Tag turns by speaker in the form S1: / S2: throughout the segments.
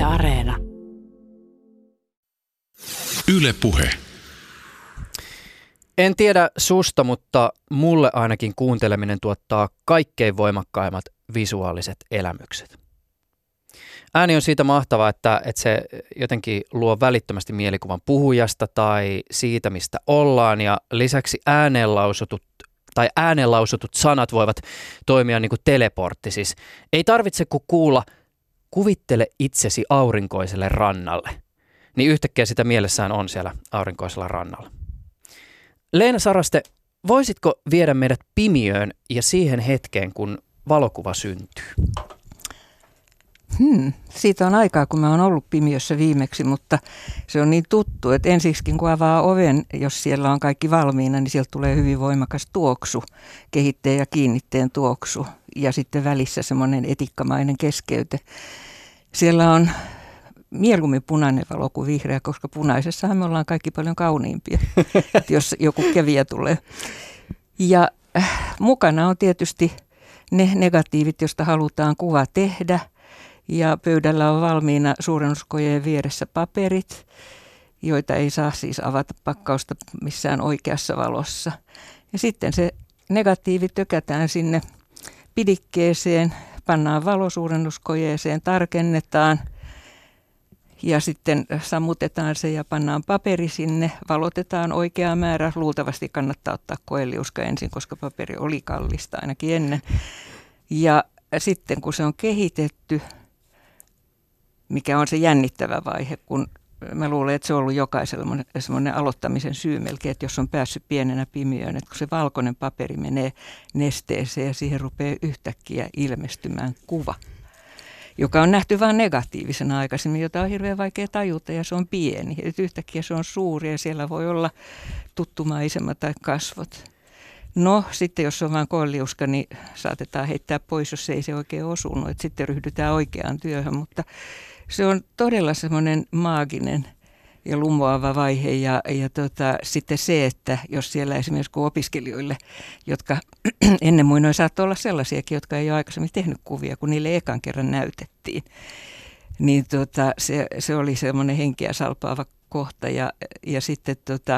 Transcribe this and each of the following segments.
S1: Areena.
S2: Yle Puhe.
S3: En tiedä susta, mutta mulle ainakin kuunteleminen tuottaa kaikkein voimakkaimmat visuaaliset elämykset. Ääni on siitä mahtava, että se jotenkin luo välittömästi mielikuvan puhujasta tai siitä, mistä ollaan. Ja lisäksi ääneen lausutut sanat voivat toimia niin kuin teleportti. Siis ei tarvitse kuin kuulla, kuvittele itsesi aurinkoiselle rannalle. Niin yhtäkkiä sitä mielessään on siellä aurinkoisella rannalla. Leena Saraste, voisitko viedä meidät pimiöön ja siihen hetkeen, kun valokuva syntyy?
S4: Siitä on aikaa, kun mä oon ollut pimiössä viimeksi, mutta se on niin tuttu, että ensiksikin kun avaa oven, jos siellä on kaikki valmiina, niin sieltä tulee hyvin voimakas tuoksu, kehitteen ja kiinnitteen tuoksu ja sitten välissä semmoinen etikkamainen keskeyte. Siellä on mieluummin punainen valo kuin vihreä, koska punaisessahan me ollaan kaikki paljon kauniimpia, jos joku kävijä tulee. Ja mukana on tietysti ne negatiivit, joista halutaan kuva tehdä. Ja pöydällä on valmiina suurennuskojen vieressä paperit, joita ei saa siis avata pakkausta missään oikeassa valossa. Ja sitten se negatiivi tökätään sinne pidikkeeseen, pannaan valo suurennuskojeeseen, tarkennetaan ja sitten sammutetaan se ja pannaan paperi sinne, valotetaan oikea määrä. Luultavasti kannattaa ottaa koeliuska ensin, koska paperi oli kallista ainakin ennen. Ja sitten kun se on kehitetty, mikä on se jännittävä vaihe, kun mä luulen, että se on ollut jokaisella semmoinen aloittamisen syy melkein, että jos on päässyt pienenä pimiöön, että kun se valkoinen paperi menee nesteeseen ja siihen rupeaa yhtäkkiä ilmestymään kuva, joka on nähty vain negatiivisena aikaisemmin, jota on hirveän vaikea tajuta ja se on pieni. Että yhtäkkiä se on suuri ja siellä voi olla tuttu maisema tai kasvot. No sitten jos on vain koeliuska, niin saatetaan heittää pois, jos ei se oikein osunut. Että sitten ryhdytään oikeaan työhön, mutta se on todella semmoinen maaginen ja lumoava vaihe. Ja sitten se, että jos siellä esimerkiksi kun opiskelijoille, jotka ennen muinoin saattoi olla sellaisiakin, jotka ei ole aikaisemmin tehnyt kuvia, kun niille ekan kerran näytettiin, niin se oli semmoinen henkeä salpaava kohta ja sitten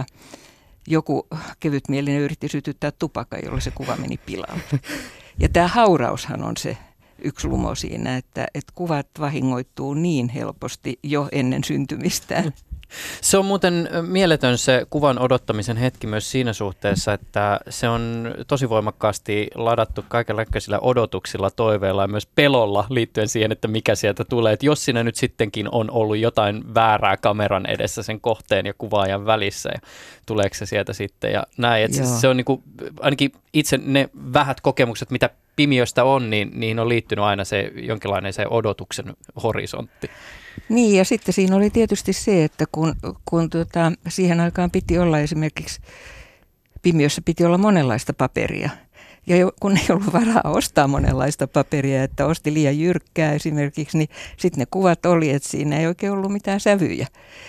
S4: joku kevytmielinen yritti sytyttää tupakan, jolla se kuva meni pilalle. Ja tämä hauraushan on se yksi lumo siinä, että kuvat vahingoittuu niin helposti jo ennen syntymistään.
S3: Se on muuten mieletön se kuvan odottamisen hetki myös siinä suhteessa, että se on tosi voimakkaasti ladattu kaikenlaisilla odotuksilla, toiveilla ja myös pelolla liittyen siihen, että mikä sieltä tulee. Että jos siinä nyt sittenkin on ollut jotain väärää kameran edessä sen kohteen ja kuvaajan välissä ja tuleeko se sieltä sitten ja näin. Että se on niin kuin, ainakin itse ne vähät kokemukset, mitä pimiöstä on, niin niihin on liittynyt aina se jonkinlainen se odotuksen horisontti.
S4: Niin ja sitten siinä oli tietysti se, että kun siihen aikaan piti olla esimerkiksi pimiössä piti olla monenlaista paperia. Ja kun ei ollut varaa ostaa monenlaista paperia, että osti liian jyrkkää esimerkiksi, niin sitten ne kuvat oli, että siinä ei oikein ollut mitään sävyjä.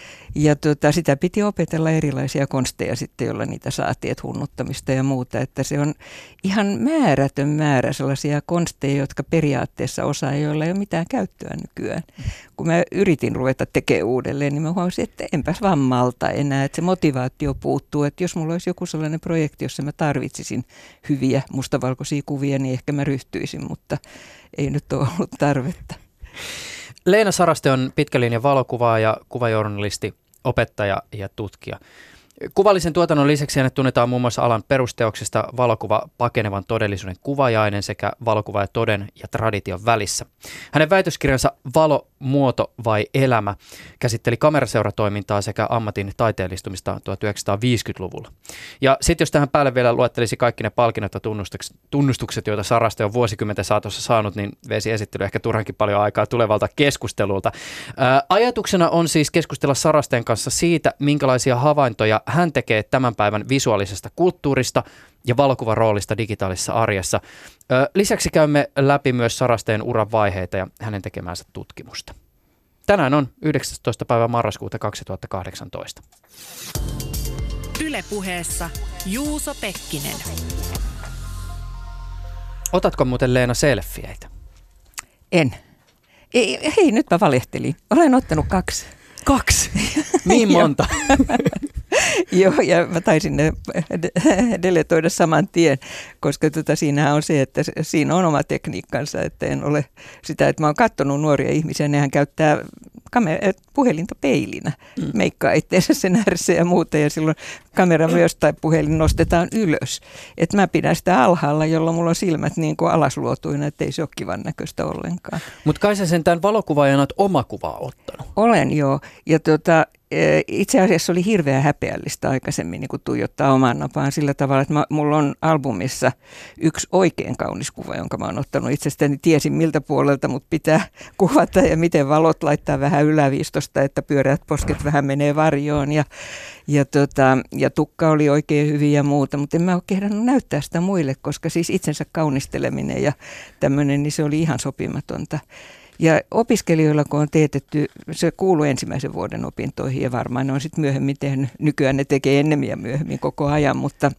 S4: Ja sitä piti opetella erilaisia konsteja sitten, joilla niitä saatiin, että hunnuttamista ja muuta. Että se on ihan määrätön määrä sellaisia konsteja, jotka periaatteessa osaa, joilla ei ole mitään käyttöä nykyään. Kun mä yritin ruveta tekemään uudelleen, niin mä huomasin, että enpäs vaan malta enää, että se motivaatio puuttuu. Että jos mulla olisi joku sellainen projekti, jossa mä tarvitsisin hyviä mustavalkoisia kuvia, niin ehkä mä ryhtyisin, mutta ei nyt ole ollut tarvetta.
S3: Leena Saraste on pitkälinjan valokuvaaja, kuvajournalisti, opettaja ja tutkija. Kuvallisen tuotannon lisäksi hänet tunnetaan muun muassa alan perusteoksista valokuva pakenevan todellisuuden kuvajainen sekä valokuva ja toden ja tradition välissä. Hänen väitöskirjansa Valo, muoto vai elämä käsitteli kameraseuratoimintaa sekä ammatin taiteellistumista 1950-luvulla. Ja sitten jos tähän päälle vielä luettelisi kaikki ne palkinnot ja tunnustukset, joita Saraste on vuosikymmenten saatossa saanut, niin veisi esittely ehkä turhankin paljon aikaa tulevalta keskustelulta. Ajatuksena on siis keskustella Sarasteen kanssa siitä, minkälaisia havaintoja hän tekee tämän päivän visuaalisesta kulttuurista ja valokuvan roolista digitaalisessa arjessa. Lisäksi käymme läpi myös Sarasteen uran vaiheita ja hänen tekemäänsä tutkimusta. Tänään on 19. päivä marraskuuta 2018.
S1: Yle Puheessa Juuso Pekkinen.
S3: Otatko muuten Leena selfieitä?
S4: Hei, nyt mä valehtelin. Olen ottanut 2.
S3: 2? Niin monta.
S4: Joo, ja mä taisin ne deletoida saman tien, koska siinähän on se, että siinä on oma tekniikkansa, että en ole sitä, että mä oon katsonut nuoria ihmisiä, nehän käyttää puhelinta peilinä, meikkaa itseensä sen ääressä ja muuta, ja silloin kamera myös tai puhelin nostetaan ylös. Että mä pidän sitä alhaalla, jolloin mulla on silmät niin kuin alasluotuina, ettei se ole kivan näköistä ollenkaan.
S3: Mutta kai sä sentään valokuvaajana oot omakuvaa ottanut?
S4: Olen joo, ja itse asiassa oli hirveän häpeällistä aikaisemmin niin kuin tuijottaa oman napaan sillä tavalla, että mulla on albumissa yksi oikein kaunis kuva, jonka mä oon ottanut itsestäni. Tiesin miltä puolelta mut pitää kuvata ja miten valot laittaa vähän yläviistosta, että pyöreät posket vähän menee varjoon ja tukka oli oikein hyvin ja muuta, mutta en mä ole kehdannut näyttää sitä muille, koska siis itsensä kaunisteleminen ja tämmöinen, niin se oli ihan sopimatonta. Ja opiskelijoilla, kun on teetetty, se kuuluu ensimmäisen vuoden opintoihin ja varmaan ne on sitten myöhemmin tehnyt, nykyään ne tekee ennemmin ja myöhemmin koko ajan, mutta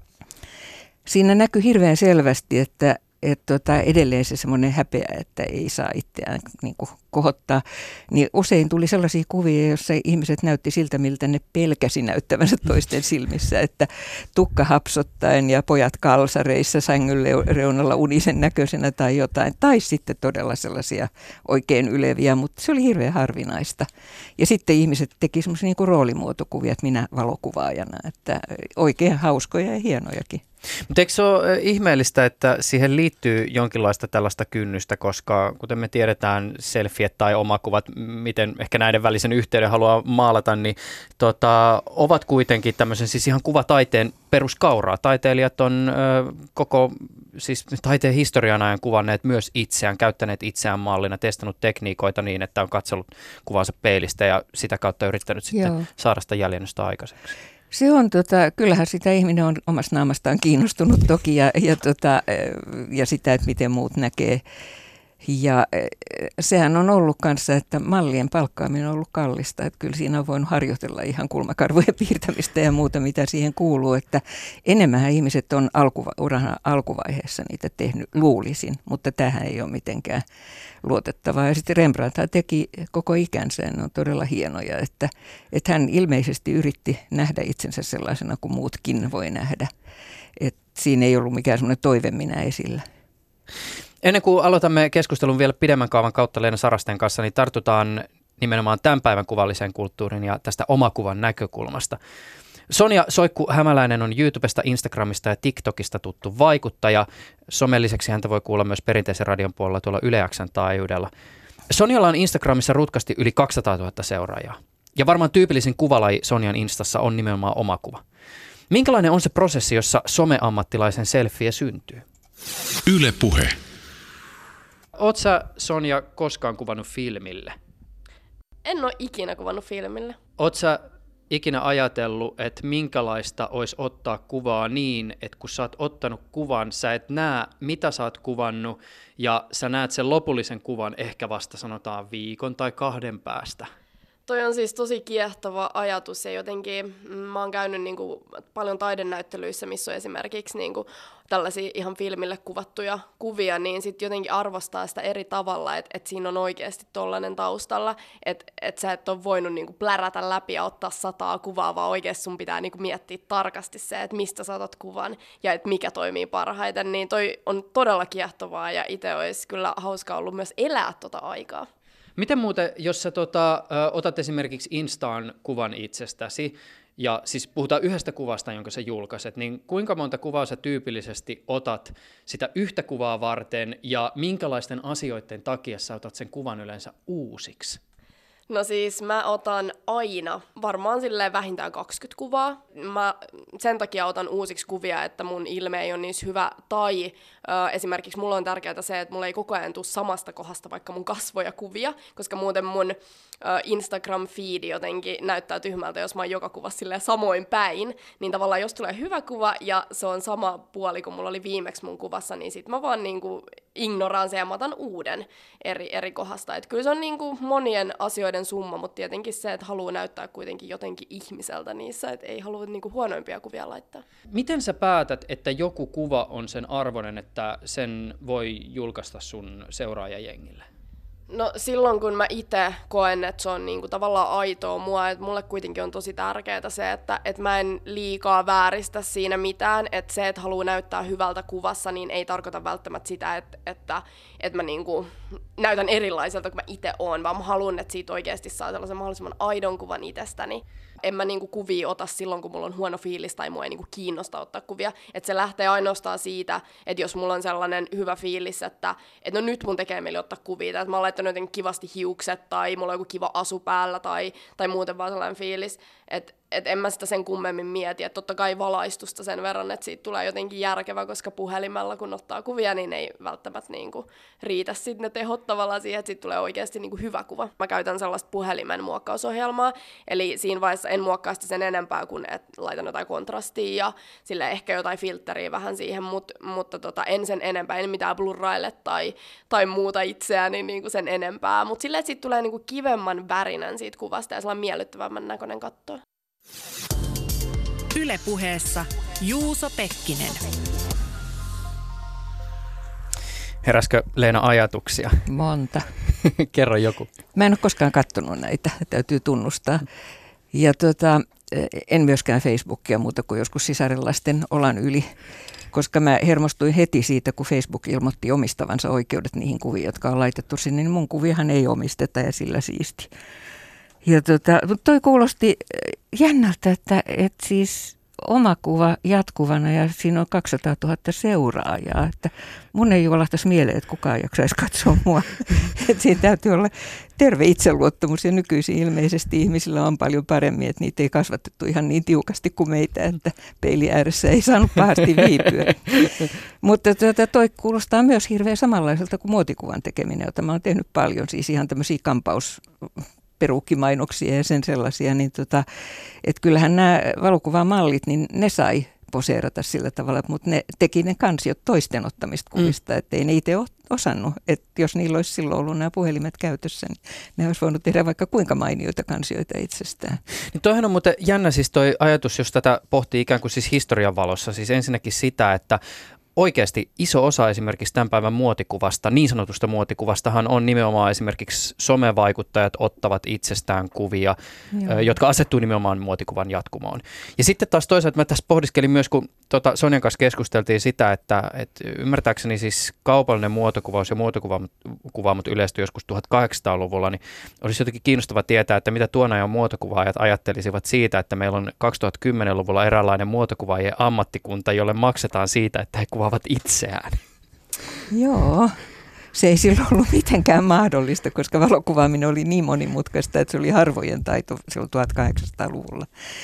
S4: siinä näkyy hirveän selvästi, että edelleen se semmoinen häpeä, että ei saa itseään niin kuin kohottaa, niin usein tuli sellaisia kuvia, joissa ihmiset näytti siltä, miltä ne pelkäsi näyttävänsä toisten silmissä, että tukka hapsottaen ja pojat kalsareissa sängyn reunalla unisen näköisenä tai jotain, tai sitten todella sellaisia oikein yleviä, mutta se oli hirveän harvinaista. Ja sitten ihmiset teki semmoisia niin kuin roolimuotokuvia, että minä valokuvaajana, että oikein hauskoja ja hienojakin.
S3: Mutta eikö se ole ihmeellistä, että siihen liittyy jonkinlaista tällaista kynnystä, koska kuten me tiedetään, selfiet tai omakuvat, miten ehkä näiden välisen yhteyden haluaa maalata, niin ovat kuitenkin tämmöisen siis ihan kuvataiteen peruskauraa. Taiteilijat on koko siis taiteen historian ajan kuvanneet myös itseään, käyttäneet itseään mallina, testannut tekniikoita niin, että on katsellut kuvansa peilistä ja sitä kautta yrittänyt sitten saada sitä jäljennystä aikaiseksi.
S4: Se on, kyllähän sitä ihminen on omasta naamastaan kiinnostunut toki ja sitä, että miten muut näkee. Ja sehän on ollut kanssa, että mallien palkkaaminen on ollut kallista, että kyllä siinä on voinut harjoitella ihan kulmakarvojen piirtämistä ja muuta, mitä siihen kuuluu, että enemmän ihmiset on uran alkuvaiheessa niitä tehnyt, luulisin, mutta tämähän ei ole mitenkään luotettavaa. Ja sitten Rembrandt teki koko ikänsä, ne on todella hienoja, että hän ilmeisesti yritti nähdä itsensä sellaisena kuin muutkin voi nähdä, että siinä ei ollut mikään semmoinen toiveminä esillä.
S3: Ennen kuin aloitamme keskustelun vielä pidemmän kaavan kautta Leena Sarasten kanssa, niin tartutaan nimenomaan tämän päivän kuvalliseen kulttuuriin ja tästä omakuvan näkökulmasta. Sonja Soikku-Hämäläinen on YouTubesta, Instagramista ja TikTokista tuttu vaikuttaja. Somen lisäksi häntä voi kuulla myös perinteisen radion puolella tuolla Yle X:n taajuudella. Sonjalla on Instagramissa rutkasti yli 200 000 seuraajaa. Ja varmaan tyypillisin kuvalaji Sonjan Instassa on nimenomaan omakuva. Minkälainen on se prosessi, jossa someammattilaisen selfie syntyy?
S2: Yle Puhe.
S3: Oot sä, Sonja, koskaan kuvannut filmille?
S5: En ole ikinä kuvannut filmille.
S3: Oot sä ikinä ajatellut, että minkälaista olisi ottaa kuvaa niin, että kun sä oot ottanut kuvan, sä et näe, mitä sä oot kuvannut, ja sä näet sen lopullisen kuvan ehkä vasta sanotaan viikon tai 2 päästä?
S5: Toi on siis tosi kiehtova ajatus ja jotenkin mä oon käynyt niinku paljon taidenäyttelyissä, missä on esimerkiksi niinku tällaisia ihan filmille kuvattuja kuvia, niin sitten jotenkin arvostaa sitä eri tavalla, että siinä on oikeasti tollainen taustalla, että sä et ole voinut niinku plärätä läpi ja ottaa 100 kuvaa, vaan oikeasti sun pitää niinku miettiä tarkasti se, että mistä sä otat kuvan ja että mikä toimii parhaiten, niin toi on todella kiehtovaa ja itse olisi kyllä hauskaa ollut myös elää tota aikaa.
S3: Miten muuten, jos sä otat esimerkiksi Instaan kuvan itsestäsi, ja siis puhutaan yhdestä kuvasta, jonka sä julkaiset, niin kuinka monta kuvaa sä tyypillisesti otat sitä yhtä kuvaa varten, ja minkälaisten asioiden takia sä otat sen kuvan yleensä uusiksi?
S5: No siis mä otan aina varmaan silleen vähintään 20 kuvaa. Mä sen takia otan uusiksi kuvia, että mun ilme ei ole niin hyvä. Tai esimerkiksi mulla on tärkeää se, että mulla ei koko ajan tule samasta kohdasta vaikka mun kasvoja kuvia, koska muuten mun Instagram-feedi jotenkin näyttää tyhmältä, jos mä oon joka kuvassa silleen samoin päin. Niin tavallaan jos tulee hyvä kuva ja se on sama puoli kuin mulla oli viimeksi mun kuvassa, niin sit mä vaan niinku ignoraan sen ja mä otan uuden eri kohdasta. Et kyllä se on niinku monien asioiden summa, mutta tietenkin se, että haluaa näyttää kuitenkin jotenkin ihmiseltä niissä, että ei halua niinku huonoimpia kuvia laittaa.
S3: Miten sä päätät, että joku kuva on sen arvoinen, että sen voi julkaista sun seuraajajengille?
S5: No silloin, kun mä itse koen, että se on niinku tavallaan aitoa mua, että mulle kuitenkin on tosi tärkeää se, että mä en liikaa vääristä siinä mitään, että se, että haluaa näyttää hyvältä kuvassa, niin ei tarkoita välttämättä sitä, että mä niinku näytän erilaiselta kuin mä itse oon, vaan mä haluan, että siitä oikeasti saa sellaisen mahdollisimman aidon kuvan itsestäni. En mä niinku kuvia ota silloin, kun mulla on huono fiilis tai mua ei niinku kiinnosta ottaa kuvia. Että se lähtee ainoastaan siitä, että jos mulla on sellainen hyvä fiilis, että no nyt mun tekee mieli ottaa kuvia, että mä oon laittanut jotenkin kivasti hiukset tai mulla on joku kiva asu päällä tai muuten vaan sellainen fiilis, että en mä sitä sen kummemmin mieti. Että totta kai valaistusta sen verran, että siitä tulee jotenkin järkevä, koska puhelimella kun ottaa kuvia, niin ei välttämättä niinku riitä sitten ne tehot tavallaan siihen, että siitä tulee oikeasti niinku hyvä kuva. Mä käytän sellaista puhelimen muokkausohjelmaa, eli siinä vaiheessa en muokkaa sitä sen enempää kuin että laitan jotain kontrastia ja sille ehkä jotain filtteriä vähän siihen, mutta en sen enempää, en mitään blurraile tai muuta itseäni niinku sen enempää, mutta silleen, että siitä tulee niinku kivemman värinen siitä kuvasta ja sellainen miellyttävämmän näköinen katsoa.
S1: Yle Puheessa Juuso Pekkinen.
S3: Heräskö Leena ajatuksia?
S4: Monta.
S3: Kerro joku.
S4: Mä en ole koskaan katsonut näitä, täytyy tunnustaa. Ja en myöskään Facebookia muuta kuin joskus sisarelaisten olan yli, koska mä hermostuin heti siitä, kun Facebook ilmoitti omistavansa oikeudet niihin kuviin, jotka on laitettu sinne, niin mun kuviahan ei omisteta ja sillä siisti. Ja toi kuulosti jännältä, että siis oma kuva jatkuvana ja siinä on 200 000 seuraajaa. Että mun ei juolahtaisi mieleen, että kukaan jaksaisi katsoa mua. Että siinä täytyy olla terve itseluottamus ja nykyisin ilmeisesti ihmisillä on paljon paremmin, että niitä ei kasvatettu ihan niin tiukasti kuin meitä, että peili ääressä ei saanut pahasti viipyä. Mutta toi kuulostaa myös hirveän samanlaiselta kuin muotikuvan tekeminen, jota mä oon tehnyt paljon, siis ihan tämmöisiä peruukkimainoksia ja sen sellaisia, niin että kyllähän nämä valokuvamallit, niin ne sai poseerata sillä tavalla, mutta ne teki ne kansiot toisten ottamista kuvista, että ei ne itse osannut, että jos niillä olisi silloin ollut nämä puhelimet käytössä, niin ne olisi voinut tehdä vaikka kuinka mainioita kansioita itsestään. Niin
S3: toihan on muuten jännä siis toi ajatus, jos tätä pohtii ikään kuin siis historian valossa, siis ensinnäkin sitä, että oikeasti iso osa esimerkiksi tämän päivän muotikuvasta, niin sanotusta muotikuvastahan on nimenomaan esimerkiksi somevaikuttajat ottavat itsestään kuvia, jotka asettuu nimenomaan muotikuvan jatkumoon. Ja sitten taas toisaalta mä tässä pohdiskelin myös, kun Sonjan kanssa keskusteltiin sitä, että ymmärtääkseni siis kaupallinen muotokuvaus ja muotokuvaamot yleistyi joskus 1800-luvulla, niin olisi jotenkin kiinnostava tietää, että mitä tuon ajan muotokuvaajat ajattelisivat siitä, että meillä on 2010-luvulla eräänlainen muotokuvaajien ammattikunta, jolle maksetaan siitä, että he kuvaavat itseään.
S4: Joo, se ei silloin ollut mitenkään mahdollista, koska valokuvaaminen oli niin monimutkaista, että se oli harvojen taito silloin 1800-luvulla.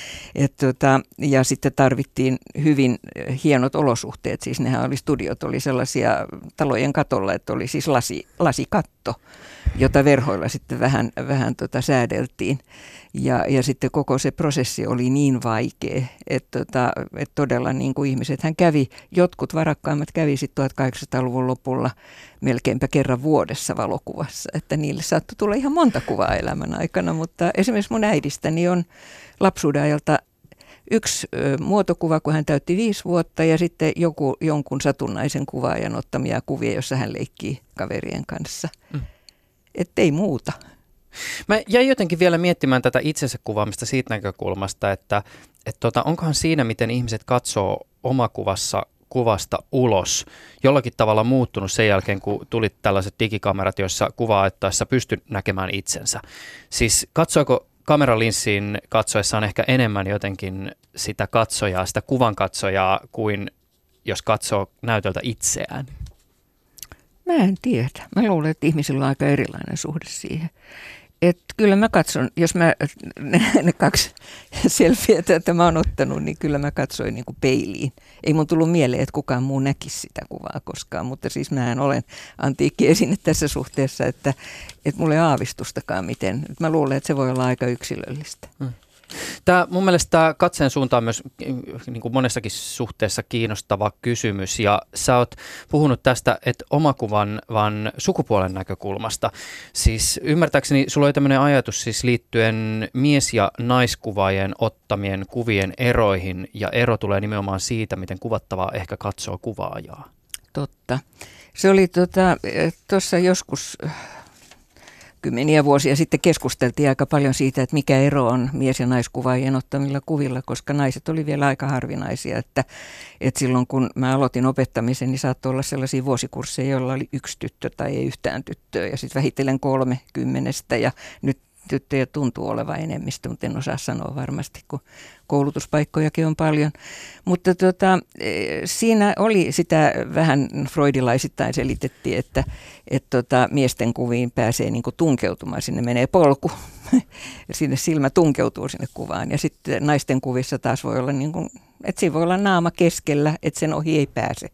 S4: Ja sitten tarvittiin hyvin hienot olosuhteet, siis nehän oli studiot, oli sellaisia talojen katolla, että oli siis lasikatto, jota verhoilla sitten vähän säädeltiin. Ja sitten koko se prosessi oli niin vaikea, että todella niin kuin ihmisethän kävi, jotkut varakkaimmat kävi sitten 1800-luvun lopulla melkeinpä kerran vuodessa valokuvassa, että niille saattoi tulla ihan monta kuvaa elämän aikana, mutta esimerkiksi mun äidistäni on lapsuuden ajalta yksi muotokuva, kun hän täytti 5 vuotta ja sitten jonkun satunnaisen kuvaajan ottamia kuvia, jossa hän leikkii kaverien kanssa. Että ei muuta.
S3: Mä jäin jotenkin vielä miettimään tätä itsensä kuvaamista siitä näkökulmasta, että onkohan siinä, miten ihmiset katsoo kuvasta ulos, jollakin tavalla muuttunut sen jälkeen, kun tuli tällaiset digikamerat, joissa kuvaattaessa pystyy näkemään itsensä. Siis katsoiko kameralinssiin katsoessaan ehkä enemmän jotenkin sitä katsojaa, sitä kuvan katsojaa, kuin jos katsoo näytöltä itseään?
S4: Mä en tiedä. Mä luulen, että ihmisillä on aika erilainen suhde siihen. Että kyllä mä katson, jos mä ne 2 selfietä, että mä oon ottanut, niin kyllä mä katsoin niin kuin peiliin. Ei mun tullut mieleen, että kukaan muu näkisi sitä kuvaa koskaan, mutta siis mähän olen antiikki esine tässä suhteessa, että mulla ei aavistustakaan miten. Mä luulen, että se voi olla aika yksilöllistä.
S3: Mun mielestä tämä katseen suunta on myös niin kuin monessakin suhteessa kiinnostava kysymys, ja sä oot puhunut tästä, että omakuvan vaan sukupuolen näkökulmasta. Siis ymmärtääkseni sulla oli tämmöinen ajatus siis liittyen mies- ja naiskuvaajien ottamien kuvien eroihin, ja ero tulee nimenomaan siitä, miten kuvattavaa ehkä katsoo kuvaajaa.
S4: Totta. Se oli tuossa joskus kymmeniä vuosia sitten keskusteltiin aika paljon siitä, että mikä ero on mies- ja naiskuvaajien ottamilla kuvilla, koska naiset oli vielä aika harvinaisia, että silloin kun mä aloitin opettamisen, niin saattoi olla sellaisia vuosikursseja, joilla oli 1 tyttö tai ei yhtään tyttöä, ja sitten vähitellen 30 ja nyt tyttöjä tuntuu olevan enemmistö, mutta en osaa sanoa varmasti, kun koulutuspaikkojakin on paljon. Mutta siinä oli sitä vähän freudilaisittain selitettiin, että miesten kuviin pääsee niin kuin tunkeutumaan, sinne menee polku, sinne silmä tunkeutuu sinne kuvaan. Ja sitten naisten kuvissa taas voi olla, niin kuin, että siinä voi olla naama keskellä, että sen ohi ei pääse.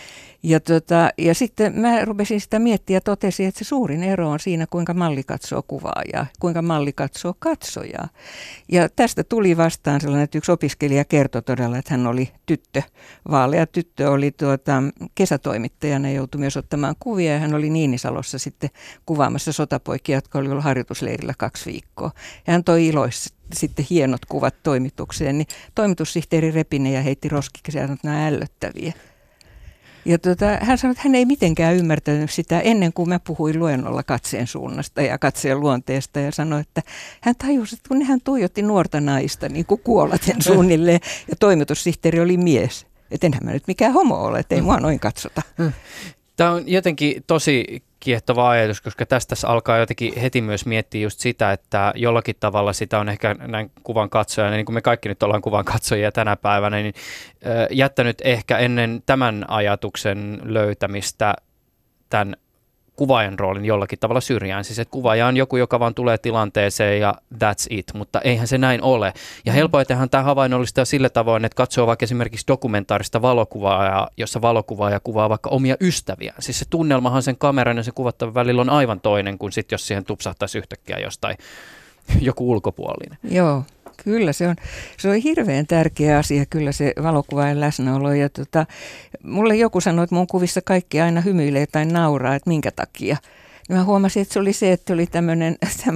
S4: Ja sitten mä rupesin sitä miettiä ja totesin, että se suurin ero on siinä, kuinka malli katsoo kuvaajaa, kuinka malli katsoo katsojaa. Ja tästä tuli vastaan sellainen, että yksi opiskelija kertoi todella, että hän oli tyttö. Vaalea tyttö oli kesätoimittajana ja joutui myös ottamaan kuvia. Ja hän oli Niinisalossa sitten kuvaamassa sotapoikia, jotka oli ollut harjoitusleirillä 2 viikkoa. Ja hän toi iloisesti sitten hienot kuvat toimitukseen, niin toimitussihteeri repi ne ja heitti roskiksi ja sanoi, että nämä ällöttäviä. Ja hän sanoi, että hän ei mitenkään ymmärtänyt sitä ennen kuin mä puhuin luennolla katseen suunnasta ja katseen luonteesta ja sanoi, että hän tajusi, että kun hän tuijotti nuorta naista niin kuin kuolaten suunnilleen ja toimitussihteeri oli mies. Että enhän mä nyt mikään homo ole, että ei mua noin katsota.
S3: Tämä on jotenkin tosi kiehtova ajatus, koska tästä alkaa jotenkin heti myös miettiä just sitä, että jollakin tavalla sitä on ehkä näin kuvan katsojana, niin kuin me kaikki nyt ollaan kuvan katsojia tänä päivänä, niin jättänyt ehkä ennen tämän ajatuksen löytämistä tämän kuvaajan roolin jollakin tavalla syrjään. Siis että kuvaaja on joku, joka vaan tulee tilanteeseen ja that's it, mutta eihän se näin ole. Ja helpoitenhan tämä havainnollistaa sillä tavoin, että katsoo vaikka esimerkiksi dokumentaarista valokuvaa, jossa valokuvaaja kuvaa vaikka omia ystäviä. Siis se tunnelmahan sen kameran ja sen kuvattavan välillä on aivan toinen kuin sit, jos siihen tupsahtaisi yhtäkkiä jostain joku ulkopuolinen.
S4: Joo. Kyllä, se on hirveän tärkeä asia, kyllä se valokuvaajan läsnäolo. Ja mulle joku sanoi, että mun kuvissa kaikki aina hymyilee tai nauraa, että minkä takia. Ja mä huomasin, että se oli se, että oli tämmöinen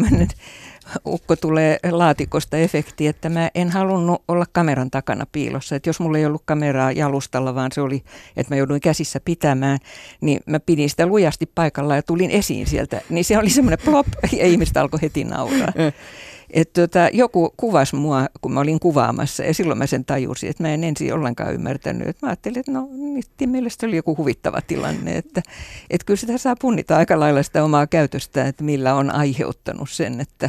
S4: ukko tulee laatikosta efekti, että mä en halunnut olla kameran takana piilossa. Että jos mulla ei ollut kameraa jalustalla, vaan se oli, että mä jouduin käsissä pitämään, niin mä pidin sitä lujasti paikalla ja tulin esiin sieltä. Niin se oli semmoinen plop ja ihmiset alkoi heti nauraa. Että joku kuvasi mua, kun mä olin kuvaamassa ja silloin mä sen tajusin, että mä en ensin ollenkaan ymmärtänyt. Että mä ajattelin, että no mielestäni oli joku huvittava tilanne, että kyllä sitä saa punnita aika lailla sitä omaa käytöstä, että millä on aiheuttanut sen, että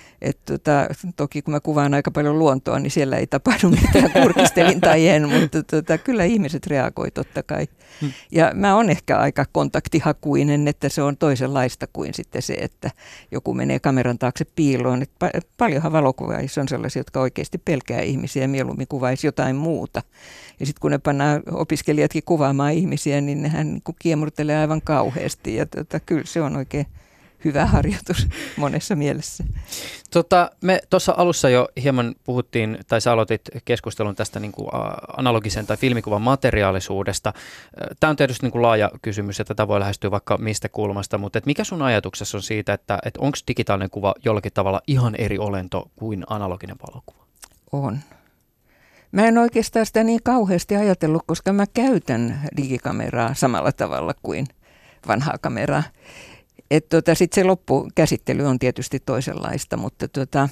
S4: toki kun mä kuvaan aika paljon luontoa, niin siellä ei tapahdu mitään, kurkistelin tai en, mutta kyllä ihmiset reagoi totta kai. Ja mä oon ehkä aika kontaktihakuinen, että se on toisenlaista kuin sitten se, että joku menee kameran taakse piiloon. Että paljonhan valokuvaajissa on sellaisia, jotka oikeasti pelkää ihmisiä ja mieluummin kuvaisi jotain muuta. Ja sitten kun ne pannaan opiskelijatkin kuvaamaan ihmisiä, niin nehän niin kuin kiemurtelee aivan kauheasti ja kyllä se on oikein hyvä harjoitus monessa mielessä.
S3: Me tuossa alussa jo hieman puhuttiin, tai sä aloitit keskustelun tästä niin kuin analogisen tai filmikuvan materiaalisuudesta. Tämä on tietysti niin kuin laaja kysymys, ja tätä voi lähestyä vaikka mistä kulmasta, mutta mikä sun ajatuksessa on siitä, että onko digitaalinen kuva jollakin tavalla ihan eri olento kuin analoginen valokuva? On.
S4: Mä en oikeastaan sitä niin kauheasti ajatellut, koska mä käytän digikameraa samalla tavalla kuin vanhaa kameraa. Sitten se loppukäsittely on tietysti toisenlaista, mutta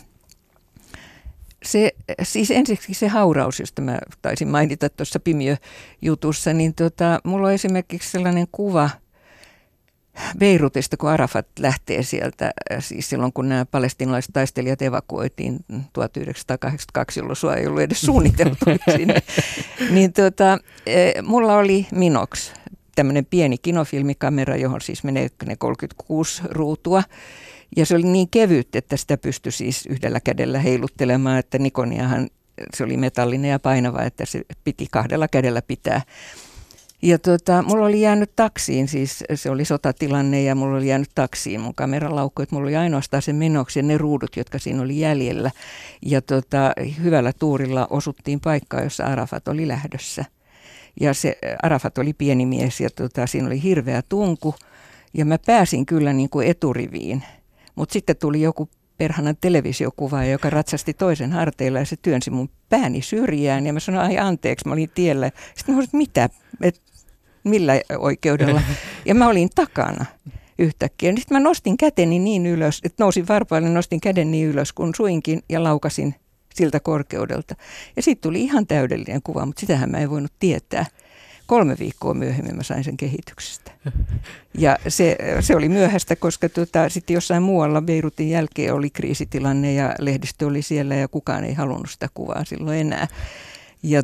S4: siis ensiksi se hauraus, josta mä taisin mainita tuossa Pimiö-jutussa, niin mulla on esimerkiksi sellainen kuva Beirutista, kun Arafat lähtee sieltä, siis silloin kun nämä palestiinalaiset taistelijat evakuoitiin 1982, jolloin sua ei ollut edes suunniteltu sinne, niin mulla oli Minox, tämmöinen pieni kinofilmikamera, johon siis menee ne 36 ruutua. Ja se oli niin kevyt, että sitä pystyi siis yhdellä kädellä heiluttelemaan, että Nikoniahan se oli metallinen ja painava, että se piti 2 kädellä pitää. Ja mulla oli jäänyt taksiin, siis se oli sotatilanne ja mulla oli jäänyt taksiin mun kameralaukku, että mulla oli ainoastaan se Minox ja ne ruudut, jotka siinä oli jäljellä. Ja hyvällä tuurilla osuttiin paikkaan, jossa Arafat oli lähdössä. Ja se Arafat oli pieni mies ja siinä oli hirveä tunku ja mä pääsin kyllä niin kuin eturiviin. Mutta sitten tuli joku perhanan televisiokuvaaja, joka ratsasti toisen harteilla ja se työnsi mun pääni syrjään. Ja mä sanoin, ai anteeksi, mä olin tiellä. Sitten mä sanoin, mitä, millä oikeudella. Ja mä olin takana. yhtäkkiä. Sitten mä nostin käteni niin ylös, että nousin varpaille, nostin käden niin ylös, kun suinkin ja laukasin siltä korkeudelta. Ja siitä tuli ihan täydellinen kuva, mutta sitähän mä en voinut tietää. 3 viikkoa myöhemmin mä sain sen kehityksestä. Ja se oli myöhäistä, koska sitten jossain muualla Beirutin jälkeen oli kriisitilanne ja lehdistö oli siellä ja kukaan ei halunnut sitä kuvaa silloin enää. Ja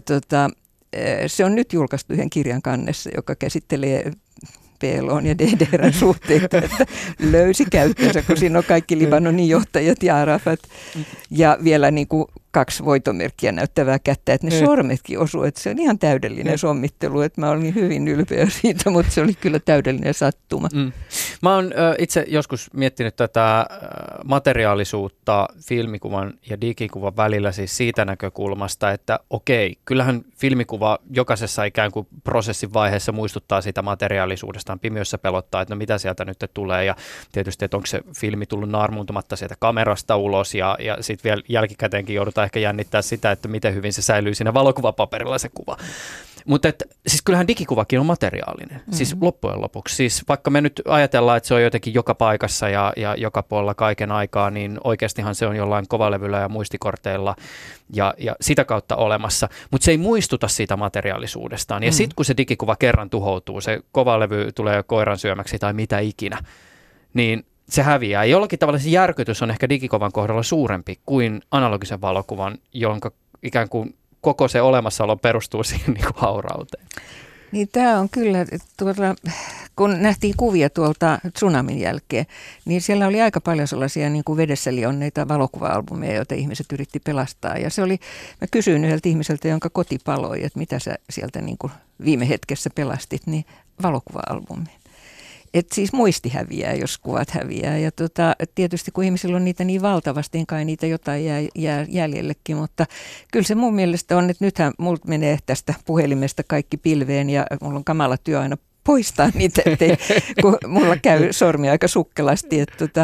S4: se on nyt julkaistu yhden kirjan kannessa, joka käsittelee PLO:n ja DDR:n suhteita, että löysi käyttöönsä, kun siinä on kaikki Libanonin johtajat ja Arafat ja vielä niin kuin 2 voitomerkkiä näyttävää kättä, että ne sormetkin osuu, että se on ihan täydellinen sommittelu, että mä olin hyvin ylpeä siitä, mutta se oli kyllä täydellinen sattuma.
S3: Mä oon itse joskus miettinyt tätä materiaalisuutta filmikuvan ja digikuvan välillä siis siitä näkökulmasta, että okei, kyllähän filmikuva jokaisessa ikään kuin prosessin vaiheessa muistuttaa sitä materiaalisuudestaan. Pimiössä pelottaa, että no mitä sieltä nyt tulee ja tietysti, että onko se filmi tullut naarmuuntumatta sieltä kamerasta ulos ja sitten vielä jälkikäteenkin joudutaan ehkä jännittää sitä, että miten hyvin se säilyy siinä valokuvapaperilla se kuva. Mutta siis kyllähän digikuvakin on materiaalinen, siis loppujen lopuksi. Siis vaikka me nyt ajatellaan, että se on jotenkin joka paikassa ja joka puolella kaiken aikaa, niin oikeastihan se on jollain kovalevyllä ja muistikorteilla ja sitä kautta olemassa. Mutta se ei muistuta siitä materiaalisuudestaan. Ja sitten kun se digikuva kerran tuhoutuu, se kovalevy tulee koiran syömäksi tai mitä ikinä, niin se häviää. Jollakin tavalla se järkytys on ehkä digikuvan kohdalla suurempi kuin analogisen valokuvan, jonka ikään kuin koko se olemassaolo perustuu siihen niin kuin haurauteen.
S4: Niin tämä on kyllä, kun nähtiin kuvia tuolta tsunamin jälkeen, niin siellä oli aika paljon sellaisia niin kuin vedessä lionneita valokuva-albumeja, joita ihmiset yritti pelastaa. Ja mä kysyin yhdeltä ihmiseltä, jonka koti paloi, että mitä sä sieltä niin kuin viime hetkessä pelastit, niin valokuva-albumi. Että siis muisti häviää, jos kuvat häviää. Ja tietysti kun ihmisillä on niitä niin valtavasti, niin kai niitä jotain jää jäljellekin. Mutta kyllä se mun mielestä on, että nythän multa menee tästä puhelimesta kaikki pilveen ja mulla on kamala työ aina poistaa niitä, ettei, kun mulla käy sormi aika sukkelasti.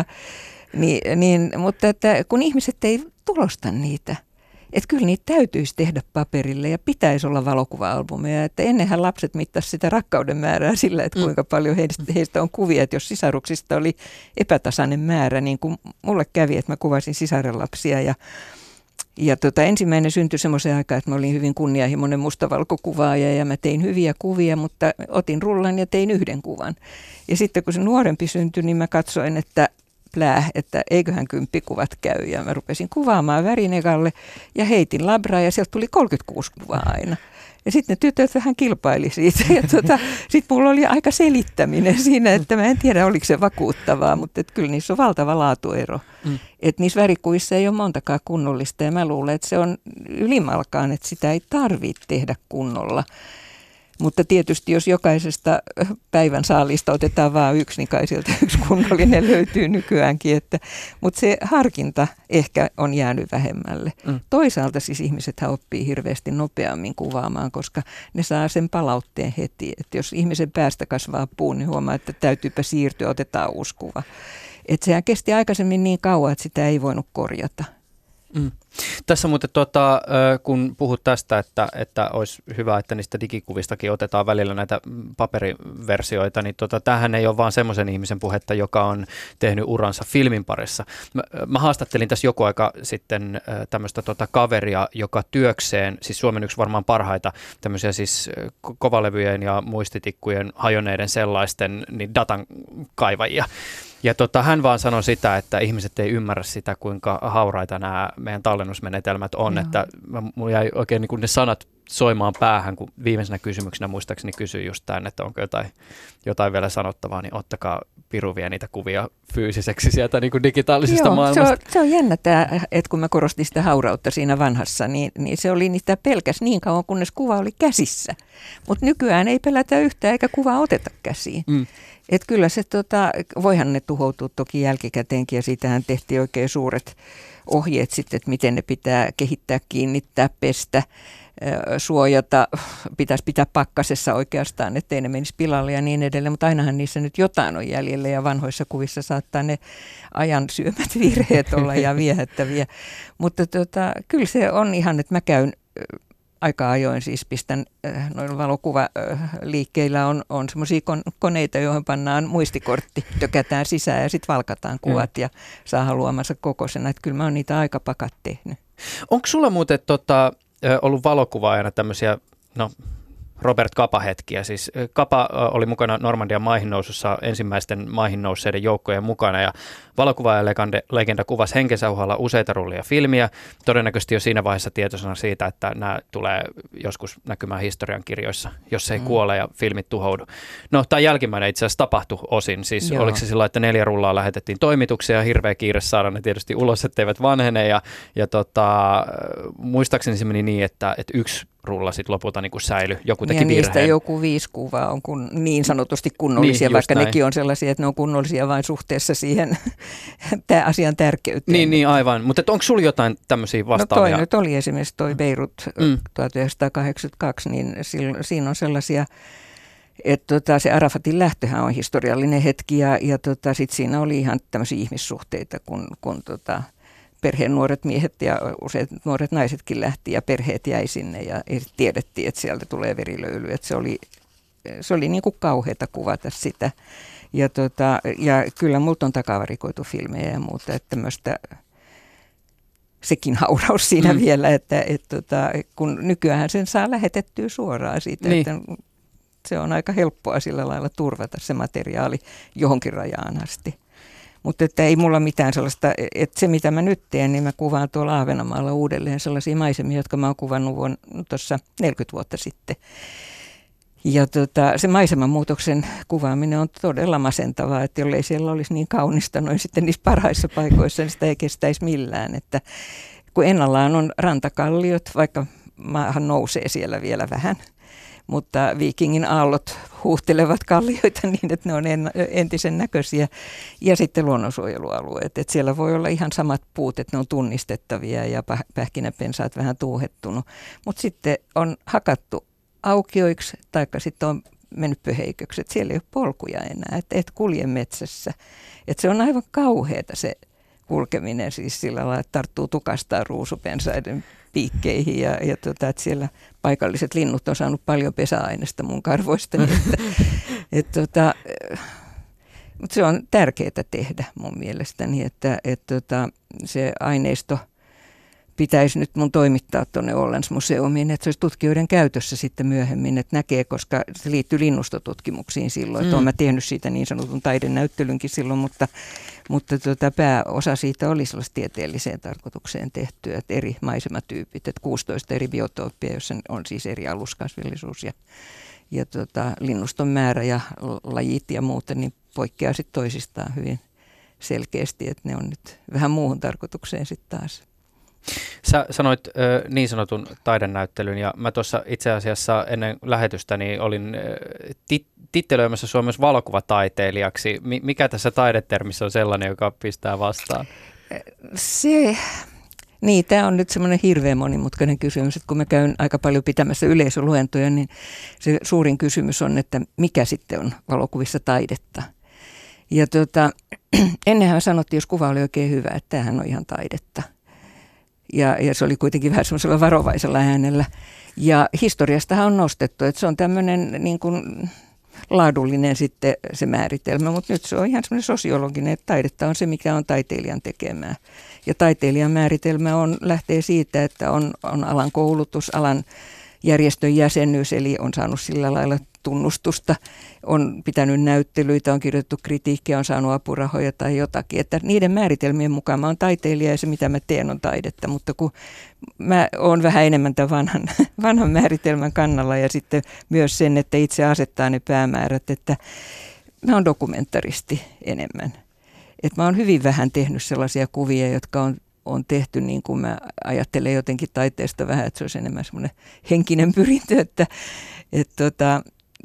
S4: Mutta että kun ihmiset ei tulosta niitä. Että kyllä niitä täytyisi tehdä paperille ja pitäisi olla valokuva-albumeja. Että ennenhän lapset mittasivat sitä rakkauden määrää sillä, että kuinka paljon heistä on kuvia. Että jos sisaruksista oli epätasainen määrä, niin kuin mulle kävi, että mä kuvasin sisarenlapsia. Ja ensimmäinen syntyi semmoisen aikaan, että mä olin hyvin kunnianhimoinen mustavalkokuvaaja ja mä tein hyviä kuvia, mutta otin rullan ja tein 1 kuvan. Ja sitten kun se nuorempi syntyi, niin mä katsoin, että eiköhän 10 kuvat käy. Ja mä rupesin kuvaamaan värinekalle ja heitin labraa ja sieltä tuli 36 kuvaa aina. Ja sitten ne tytöt vähän kilpaili siitä. Ja sitten mulla oli aika selittäminen siinä, että mä en tiedä oliko se vakuuttavaa, mutta kyllä niissä on valtava laatuero. Että niissä värikuvissa ei ole montakaan kunnollista ja mä luulen, että se on ylimalkaan, että sitä ei tarvitse tehdä kunnolla. Mutta tietysti jos jokaisesta päivän saalista otetaan vain 1, niin kai sieltä 1 kunnollinen löytyy nykyäänkin. Mutta se harkinta ehkä on jäänyt vähemmälle. Toisaalta siis ihmisethän oppii hirveästi nopeammin kuvaamaan, koska ne saa sen palautteen heti. Että jos ihmisen päästä kasvaa puu, niin huomaa, että täytyypä siirtyä, otetaan uusi kuva. Että sehän kesti aikaisemmin niin kauan, että sitä ei voinut korjata.
S3: Tässä muuten kun puhut tästä, että olisi hyvä, että niistä digikuvistakin otetaan välillä näitä paperiversioita, niin tämähän ei ole vaan semmoisen ihmisen puhetta, joka on tehnyt uransa filmin parissa. Mä haastattelin tässä joku aika sitten tämmöistä kaveria, joka työkseen, siis Suomen yksi varmaan parhaita tämmöisiä siis kovalevyjen ja muistitikkujen hajoneiden sellaisten niin datan kaivajia. Ja hän vaan sanoi sitä, että ihmiset ei ymmärrä sitä, kuinka hauraita nämä meidän tallennusmenetelmät on. Joo. Että mulla jäi oikein niin kuin ne sanat soimaan päähän, kun viimeisenä kysymyksenä muistaakseni kysyin just tämän, että onko jotain vielä sanottavaa, niin ottakaa piru vie niitä kuvia fyysiseksi sieltä niin kuin digitaalisesta maailmasta.
S4: Se on jännä tämä, että kun mä korostin sitä haurautta siinä vanhassa, niin se oli niitä pelkäs niin kauan, kunnes kuva oli käsissä. Mutta nykyään ei pelätä yhtään eikä kuvaa oteta käsiin. Että kyllä se, voihan ne tuhoutua toki jälkikäteenkin ja siitähän tehtiin oikein suuret ohjeet sitten, että miten ne pitää kehittää, kiinnittää, pestä, suojata, pitäisi pitää pakkasessa oikeastaan, ettei ne menisi pilalle ja niin edelleen, mutta ainahan niissä nyt jotain on jäljellä ja vanhoissa kuvissa saattaa ne ajan syömät virheet olla ja viehättäviä, mutta kyllä se on ihan, että mä käyn aika ajoin siis pistän noilla valokuvaliikkeillä on semmoisia koneita, joihin pannaan muistikortti, tökätään sisään ja sitten valkataan kuvat ja saa haluamansa kokoisena. Että kyllä mä oon niitä aika pakat tehnyt.
S3: Onko sulla muuten ollut valokuvaajana tämmöisiä, Robert Capa-hetkiä? Siis Capa oli mukana Normandian maihinnousussa ensimmäisten maihinnousseiden joukkojen mukana ja valokuvaajalegenda kuvasi henkensä uhalla useita rullia filmiä. Todennäköisesti jo siinä vaiheessa tietoisena siitä, että nämä tulee joskus näkymään historiankirjoissa, jos ei kuole ja filmit tuhoudu. No, tämä jälkimmäinen itse asiassa tapahtui osin. Siis oliko se sillä, että 4 rullaa lähetettiin toimituksia ja hirveä kiire saada ne tietysti ulos, etteivät vanhene. Ja muistaakseni se meni niin, että 1 rulla sitten lopulta niin kuin säilyi. Joku teki virheen.
S4: Niistä joku 5 kuvaa on niin sanotusti kunnollisia, niin, vaikka nekin on sellaisia, että ne on kunnollisia vain suhteessa siihen asian tärkeyteen.
S3: Niin aivan. Mutta onko sulla jotain tämmöisiä vastaavia?
S4: No toi nyt oli esimerkiksi toi Beirut 1982, niin siinä on sellaisia, että se Arafatin lähtöhän on historiallinen hetki ja sitten siinä oli ihan tämmöisiä ihmissuhteita, kun perheen nuoret miehet ja useat nuoret naisetkin lähti ja perheet jäi sinne ja tiedettiin, että sieltä tulee verilöyly. Että se oli niin kuin kauheata kuvata sitä. Ja kyllä multa on takavarikoitu filmejä ja muuta, että tämmöistä sekin hauraus siinä vielä, että kun nykyään sen saa lähetettyä suoraan siitä, niin. Että se on aika helppoa sillä lailla turvata se materiaali johonkin rajaan asti. Mutta että ei mulla mitään sellaista, että se mitä mä nyt teen, niin mä kuvaan tuolla Ahvenanmaalla uudelleen sellaisia maisemia, jotka mä oon kuvannut tuossa 40 vuotta sitten. Ja se maisemanmuutoksen kuvaaminen on todella masentavaa, että jollei siellä olisi niin kaunista noin sitten niissä parhaissa paikoissa, niin sitä ei kestäisi millään. Että kun ennallaan on rantakalliot, vaikka maahan nousee siellä vielä vähän, mutta Viikingin aallot huuhtelevat kallioita niin, että ne on entisen näköisiä. Ja sitten luonnonsuojelualueet, että siellä voi olla ihan samat puut, että ne on tunnistettavia ja pähkinäpensaat vähän tuuhettunut. Mutta sitten on hakattu aukioiksi, taikka sitten on mennyt pöheiköksi, että siellä ei ole polkuja enää, että et kulje metsässä. Että se on aivan kauheata se kulkeminen, siis sillä lailla, että tarttuu tukastaa ruusupensaiden piikkeihin ja että siellä paikalliset linnut on saanut paljon pesäaineesta mun karvoistani. Mutta se on tärkeää tehdä mun mielestäni, että se aineisto pitäisi nyt mun toimittaa tuonne Ålands-museumiin, että se olisi tutkijoiden käytössä sitten myöhemmin, että näkee, koska se liittyy linnustotutkimuksiin silloin, että olen mä tehnyt siitä niin sanotun taidenäyttelynkin silloin, mutta pääosa siitä oli sellaista tieteelliseen tarkoitukseen tehtyä, että eri maisematyypit, että 16 eri biotooppia, jossa on siis eri aluskasvillisuus ja linnuston määrä ja lajit ja muuta, niin poikkeaa sitten toisistaan hyvin selkeästi, että ne on nyt vähän muuhun tarkoitukseen sitten taas.
S3: Sä sanoit niin sanotun taidenäyttelyn ja mä tuossa itse asiassa ennen lähetystäni olin tittelöimässä sua myös valokuvataiteilijaksi. Mikä tässä taidetermissä on sellainen, joka pistää vastaan?
S4: Tämä on nyt semmoinen hirveän monimutkainen kysymys, että kun mä käyn aika paljon pitämässä yleisöluentoja, niin se suurin kysymys on, että mikä sitten on valokuvissa taidetta. Ja ennenhän sanottiin, jos kuva oli oikein hyvä, että tämähän on ihan taidetta. Ja se oli kuitenkin vähän semmoisella varovaisella äänellä. Ja historiastahan on nostettu, että se on tämmöinen niin kuin laadullinen sitten se määritelmä, mutta nyt se on ihan semmoinen sosiologinen, että taidetta on se, mikä on taiteilijan tekemää. Ja taiteilijan määritelmä lähtee siitä, että on alan koulutus, alan järjestön jäsenyys, eli on saanut sillä lailla tunnustusta, on pitänyt näyttelyitä, on kirjoitettu kritiikkiä, on saanut apurahoja tai jotakin. Että niiden määritelmien mukaan mä oon taiteilija ja se mitä mä teen on taidetta, mutta kun mä oon vähän enemmän tämän vanhan määritelmän kannalla ja sitten myös sen, että itse asettaa ne päämäärät, että mä oon dokumentaristi enemmän. Että mä oon hyvin vähän tehnyt sellaisia kuvia, jotka on tehty niin kuin mä ajattelen jotenkin taiteesta vähän, että se olisi enemmän semmoinen henkinen pyrintö, että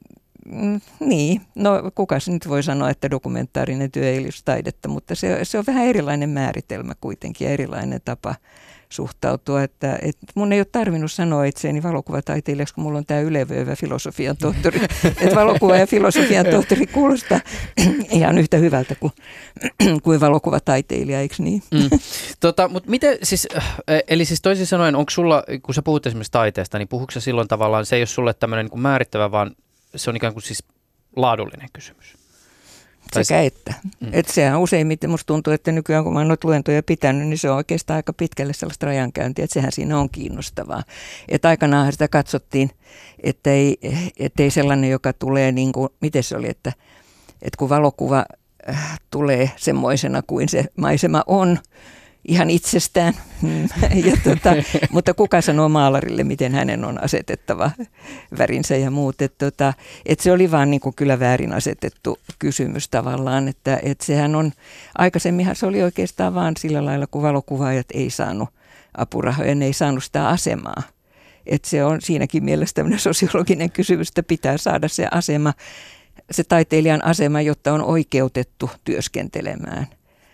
S4: Niin, no kuka se nyt voi sanoa, että dokumentaarinen työ ei olisi taidetta, mutta se on vähän erilainen määritelmä kuitenkin ja erilainen tapa suhtautua, että mun ei ole tarvinnut sanoa itseäni valokuvataiteilijaksi, kun mulla on tämä ylevöivä filosofian tohtori, että valokuva ja filosofian tohtori kuulostaa ihan yhtä hyvältä kuin valokuvataiteilija, eikö niin?
S3: Mutta miten siis, eli siis toisin sanoen, onko sulla, kun sä puhut esimerkiksi taiteesta, niin puhuuko sä silloin tavallaan, se ei ole sulle tämmöinen niin määrittävä, vaan se on ikään kuin siis laadullinen kysymys?
S4: Sekä että. Että sehän useimmiten musta tuntuu, että nykyään kun mä oon noita luentoja pitänyt, niin se on oikeastaan aika pitkälle sellaista rajankäyntiä, että sehän siinä on kiinnostavaa. Että aikanaan sitä katsottiin, että ei sellainen, joka tulee niin kuin, miten se oli, että kun valokuva tulee semmoisena kuin se maisema on, ihan itsestään, mutta kuka sanoo maalarille, miten hänen on asetettava värinsä ja muut. Että se oli vaan niin kuin kyllä väärin asetettu kysymys tavallaan, että sehän on, aikaisemminhan se oli oikeastaan vaan sillä lailla, kun valokuvaajat ei saanut apurahoja, ne ei saanut sitä asemaa. Että se on siinäkin mielessä tämmöinen sosiologinen kysymys, että pitää saada se asema, se taiteilijan asema, jotta on oikeutettu työskentelemään.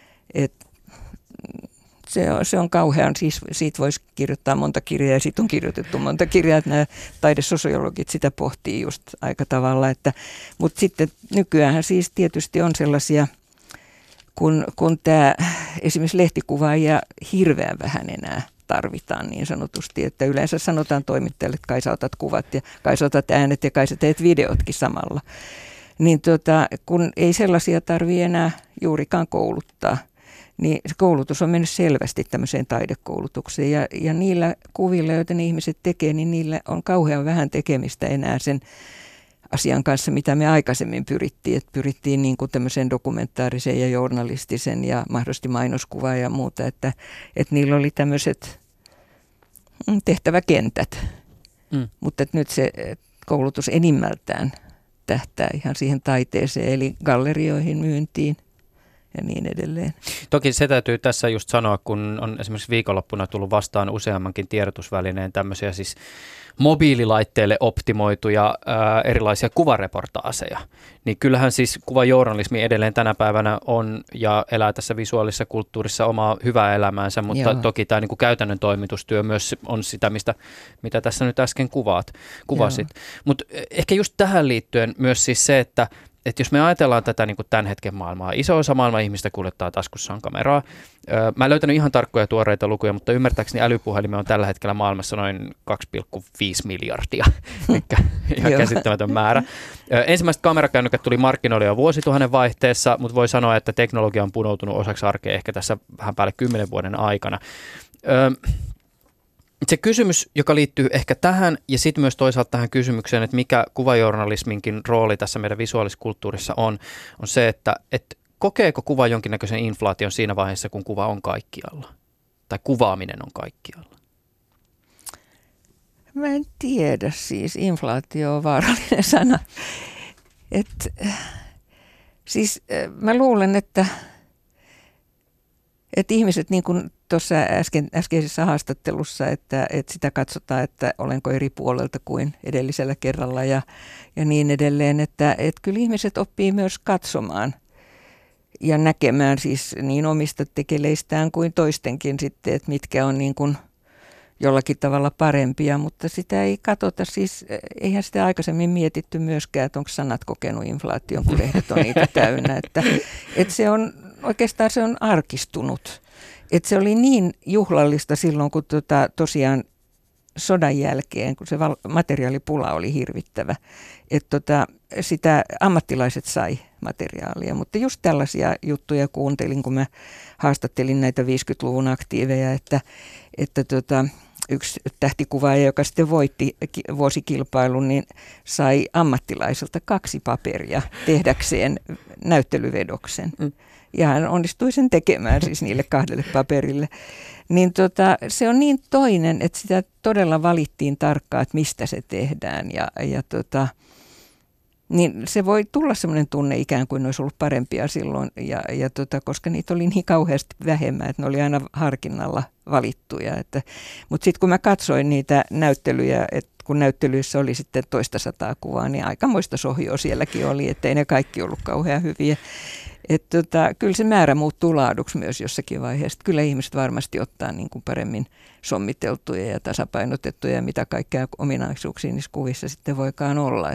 S4: Se on kauhean, siis siitä voisi kirjoittaa monta kirjaa ja siitä on kirjoitettu monta kirjaa, että nämä taidesosiologit sitä pohtii just aika tavalla. Mutta sitten nykyäänhän siis tietysti on sellaisia, kun tämä esimerkiksi lehtikuvaajia hirveän vähän enää tarvitaan niin sanotusti, että yleensä sanotaan toimittajalle, että kai sä otat kuvat ja kai sä otat äänet ja kai sä teet videotkin samalla. Niin kun ei sellaisia tarvitse enää juurikaan kouluttaa, niin se koulutus on mennyt selvästi tämmöiseen taidekoulutukseen ja niillä kuvilla, joita ne ihmiset tekee, niin niillä on kauhean vähän tekemistä enää sen asian kanssa, mitä me aikaisemmin pyrittiin. Että pyrittiin niin kuin tämmöiseen dokumentaarisen ja journalistisen ja mahdollisesti mainoskuvaa ja muuta, että niillä oli tämmöiset tehtäväkentät. Mutta nyt se koulutus enimmältään tähtää ihan siihen taiteeseen, eli gallerioihin, myyntiin ja niin edelleen.
S3: Toki se täytyy tässä just sanoa, kun on esimerkiksi viikonloppuna tullut vastaan useammankin tiedotusvälineen tämmöisiä siis mobiililaitteille optimoituja erilaisia kuvareportaaseja. Niin kyllähän siis kuvajournalismi edelleen tänä päivänä on ja elää tässä visuaalisessa kulttuurissa omaa hyvää elämäänsä, mutta toki tämä niin kuin käytännön toimitustyö myös on sitä, mitä tässä nyt äsken kuvasit. Mutta ehkä just tähän liittyen myös siis se, että jos me ajatellaan tätä niin kuin tämän hetken maailmaa, iso osa maailman ihmistä kuljettaa taskussaan kameraa. Mä en löytänyt ihan tarkkoja tuoreita lukuja, mutta ymmärtääkseni älypuhelime on tällä hetkellä maailmassa noin 2,5 miljardia, mikä ihan käsittämätön määrä. Ensimmäiset kamerakännykät tuli markkinoille jo vuosituhannen vaihteessa, mutta voi sanoa, että teknologia on punoutunut osaksi arkea ehkä tässä vähän päälle 10 vuoden aikana. Se kysymys, joka liittyy ehkä tähän ja sitten myös toisaalta tähän kysymykseen, että mikä kuvajournalisminkin rooli tässä meidän visuaaliskulttuurissa on se, että kokeeko kuva jonkinnäköisen inflaation siinä vaiheessa, kun kuva on kaikkialla tai kuvaaminen on kaikkialla?
S4: Mä en tiedä, siis inflaatio on vaarallinen sana. Siis mä luulen, että ihmiset niin kuin tuossa äskeisessä haastattelussa, että sitä katsotaan, että olenko eri puolelta kuin edellisellä kerralla ja niin edelleen, että kyllä ihmiset oppii myös katsomaan ja näkemään siis niin omista tekeleistään kuin toistenkin sitten, että mitkä on niin kuin jollakin tavalla parempia, mutta sitä ei katsota, siis eihän sitä aikaisemmin mietitty myöskään, että onko sanat kokenut inflaation, kun lehdet on niitä täynnä, että se on oikeastaan se on arkistunut. Että se oli niin juhlallista silloin, kun tosiaan sodan jälkeen, kun se materiaalipula oli hirvittävä, että sitä ammattilaiset sai materiaalia. Mutta just tällaisia juttuja kuuntelin, kun mä haastattelin näitä 50-luvun aktiiveja, että yksi tähtikuvaaja, joka sitten voitti vuosikilpailun, niin sai ammattilaiselta 2 paperia tehdäkseen näyttelyvedoksen. Ja hän onnistui sen tekemään siis niille 2 paperille. Niin se on niin toinen, että sitä todella valittiin tarkkaan, että mistä se tehdään. Niin se voi tulla semmoinen tunne ikään kuin ne olisi ollut parempia silloin, koska niitä oli niin kauheasti vähemmän, että ne oli aina harkinnalla valittuja. Mutta sitten kun mä katsoin niitä näyttelyjä, että kun näyttelyissä oli sitten 200 kuvaa, niin aikamoista sohjoa sielläkin oli, ettei ne kaikki ollut kauhean hyviä. Kyllä se määrä muuttuu laaduksi myös jossakin vaiheessa. Kyllä ihmiset varmasti ottaa niin kuin paremmin sommiteltuja ja tasapainotettuja ja mitä kaikkea ominaisuuksia niissä kuvissa sitten voikaan olla.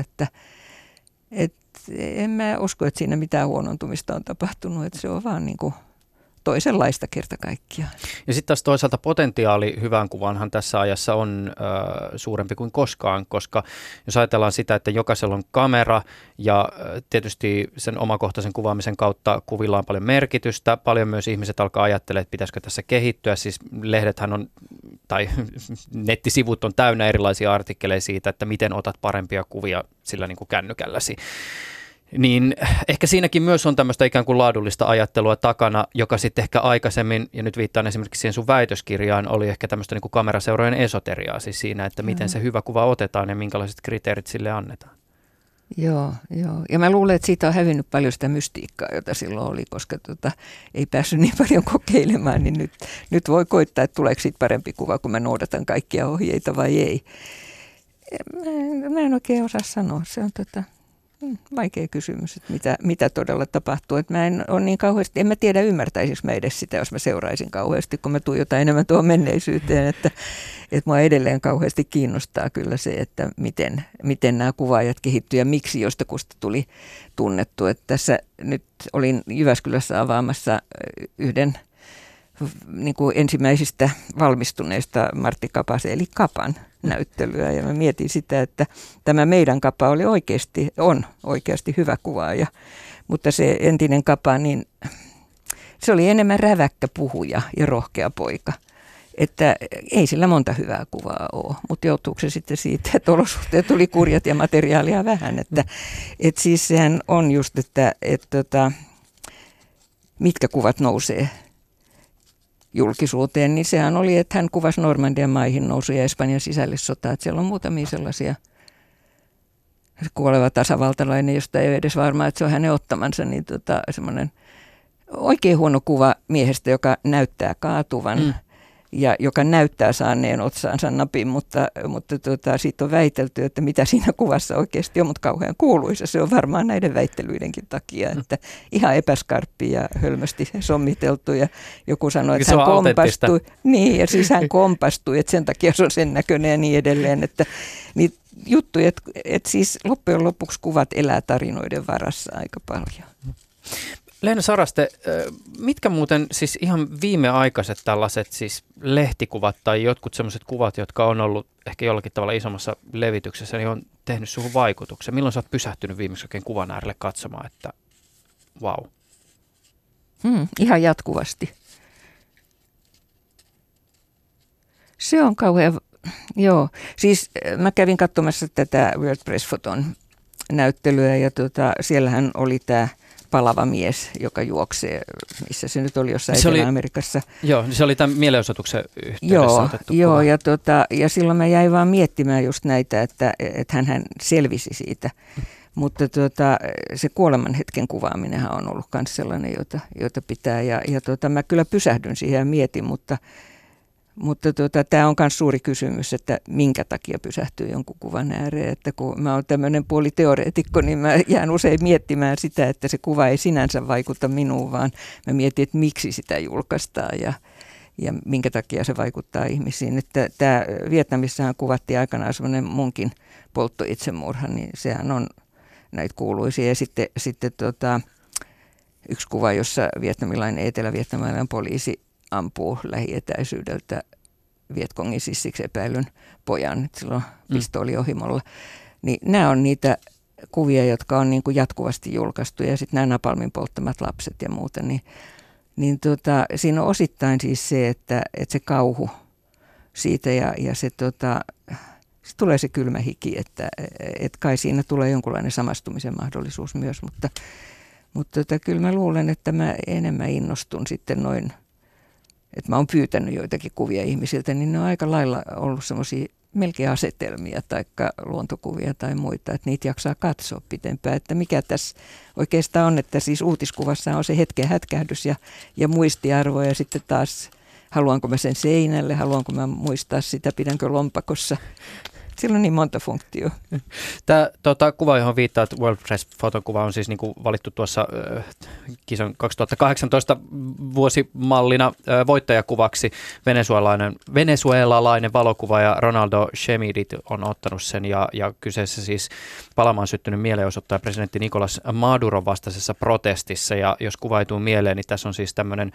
S4: En mä usko, että siinä mitään huonontumista on tapahtunut, että se on vaan niin kuin toisenlaista kerta kaikkiaan.
S3: Ja sitten taas toisaalta potentiaali hyvään kuvaanhan tässä ajassa on suurempi kuin koskaan, koska jos ajatellaan sitä, että jokaisella on kamera ja tietysti sen omakohtaisen kuvaamisen kautta kuvilla on paljon merkitystä, paljon myös ihmiset alkaa ajattelemaan, että pitäisikö tässä kehittyä, siis lehdethän on, tai nettisivut on täynnä erilaisia artikkeleja siitä, että miten otat parempia kuvia sillä niin kuin kännykälläsi. Niin ehkä siinäkin myös on tämmöistä ikään kuin laadullista ajattelua takana, joka sitten ehkä aikaisemmin, ja nyt viittaan esimerkiksi siihen sun väitöskirjaan, oli ehkä tämmöistä niin kuin kameraseurojen esoteriaa siis siinä, että miten se hyvä kuva otetaan ja minkälaiset kriteerit sille annetaan.
S4: Joo. Ja mä luulen, että siitä on hävinnyt paljon sitä mystiikkaa, jota silloin oli, koska ei päässyt niin paljon kokeilemaan, niin nyt voi koittaa, että tuleeko siitä parempi kuva, kun mä noudatan kaikkia ohjeita vai ei. Mä en oikein osaa sanoa, se on vaikea kysymys, että mitä todella tapahtuu. Että mä en ole niin kauheasti, en mä tiedä ymmärtäisikö mä edes sitä, jos mä seuraisin kauheasti, kun mä tuijotan enemmän tuohon menneisyyteen, että mua edelleen kauheasti kiinnostaa kyllä se, että miten nämä kuvaajat kehittyy ja miksi jostakusta tuli tunnettu. Että tässä nyt olin Jyväskylässä avaamassa yhden niin kuin ensimmäisistä valmistuneista Martti Kapasen eli Kapan näyttelyä ja mä mietin sitä, että tämä meidän Kapa on oikeasti hyvä kuvaaja, mutta se entinen Kapa, niin se oli enemmän räväkkä puhuja ja rohkea poika. Että ei sillä monta hyvää kuvaa ole, mutta joutuuko se sitten siitä, että olosuhteet tuli kurjat ja materiaalia vähän. Että siis sehän on just, että mitkä kuvat nousee julkisuuteen, niin sehän oli, että hän kuvasi Normandian maihin nousu ja Espanjan sisällissotaa. Että siellä on muutamia sellaisia kuoleva tasavaltalainen, josta ei ole edes varmaa, että se on hänen ottamansa, niin semmoinen oikein huono kuva miehestä, joka näyttää kaatuvan ja joka näyttää saaneen otsaansa napin, mutta siitä on väitelty, että mitä siinä kuvassa oikeasti on, mutta kauhean kuuluisa. Se on varmaan näiden väittelyidenkin takia, että ihan epäskarppi ja hölmösti sommiteltu ja joku sanoi, että hän kompastui. Niin, ja siis hän kompastui, että sen takia se on sen näköinen ja niin edelleen, että niitä juttuja, että siis loppujen lopuksi kuvat elää tarinoiden varassa aika paljon.
S3: Leena Saraste, mitkä muuten siis ihan viimeaikaiset tällaiset siis lehtikuvat tai jotkut sellaiset kuvat, jotka on ollut ehkä jollakin tavalla isommassa levityksessä, niin on tehnyt suhun vaikutuksen? Milloin sä oot pysähtynyt viimeksi oikein kuvan äärelle katsomaan, että vau?
S4: Ihan jatkuvasti. Se on kauhean, joo. Siis mä kävin katsomassa tätä World Press Photon näyttelyä ja siellähän oli tämä palava mies, joka juoksee, missä se nyt oli jossain Etelä-Amerikassa.
S3: Joo, se oli tämän mielenosoituksen yhteydessä otettu kuva.
S4: Ja silloin mä jäin vaan miettimään just näitä, että hän selvisi siitä. Mutta se kuoleman hetken kuvaaminenhan on ollut myös sellainen, jota pitää. Ja mä kyllä pysähdyn siihen ja mietin, mutta tämä on myös suuri kysymys, että minkä takia pysähtyy jonkun kuvan ääreen. Että kun mä oon tämmöinen puoliteoreetikko, niin mä jään usein miettimään sitä, että se kuva ei sinänsä vaikuta minuun, vaan mä mietin, että miksi sitä julkaistaan ja minkä takia se vaikuttaa ihmisiin. Että tämä Vietnamissahan kuvattiin aikanaan semmoinen munkin polttoitsemurha, niin sehän on näitä kuuluisia. Ja sitten yksi kuva, jossa etelä-vietnamilainen poliisi ampuu lähietäisyydeltä Vietkongin sissiksi epäilyn pojan, että sillä on pistooli ohimolla. Niin nämä on niitä kuvia, jotka on niin kuin jatkuvasti julkaistu ja sitten nämä napalmin polttamat lapset ja muuta. Niin siinä on osittain siis se, että se kauhu siitä ja se tulee se kylmä hiki, että kai siinä tulee jonkunlainen samastumisen mahdollisuus myös, mutta kyllä mä luulen, että mä enemmän innostun sitten noin, että mä oon pyytänyt joitakin kuvia ihmisiltä, niin ne on aika lailla ollut semmoisia melkein asetelmia tai luontokuvia tai muita, että niitä jaksaa katsoa pitempään. Että mikä tässä oikeastaan on, että siis uutiskuvassa on se hetken hätkähdys ja muistiarvo ja sitten taas haluanko mä sen seinälle, haluanko mä muistaa sitä, pidänkö lompakossa. Sillä on niin monta funktioa.
S3: Tämä kuva, johon viittaat, World Press fotokuva on siis niin kuin valittu tuossa kisan 2018 vuosimallina voittajakuvaksi. Venezuelalainen valokuvaaja Ronaldo Chemidit on ottanut sen ja kyseessä siis palamaan syttynyt mielenosoittaja presidentti Nicolas Maduron vastaisessa protestissa. Ja jos kuva ei tule mieleen, niin tässä on siis tämmöinen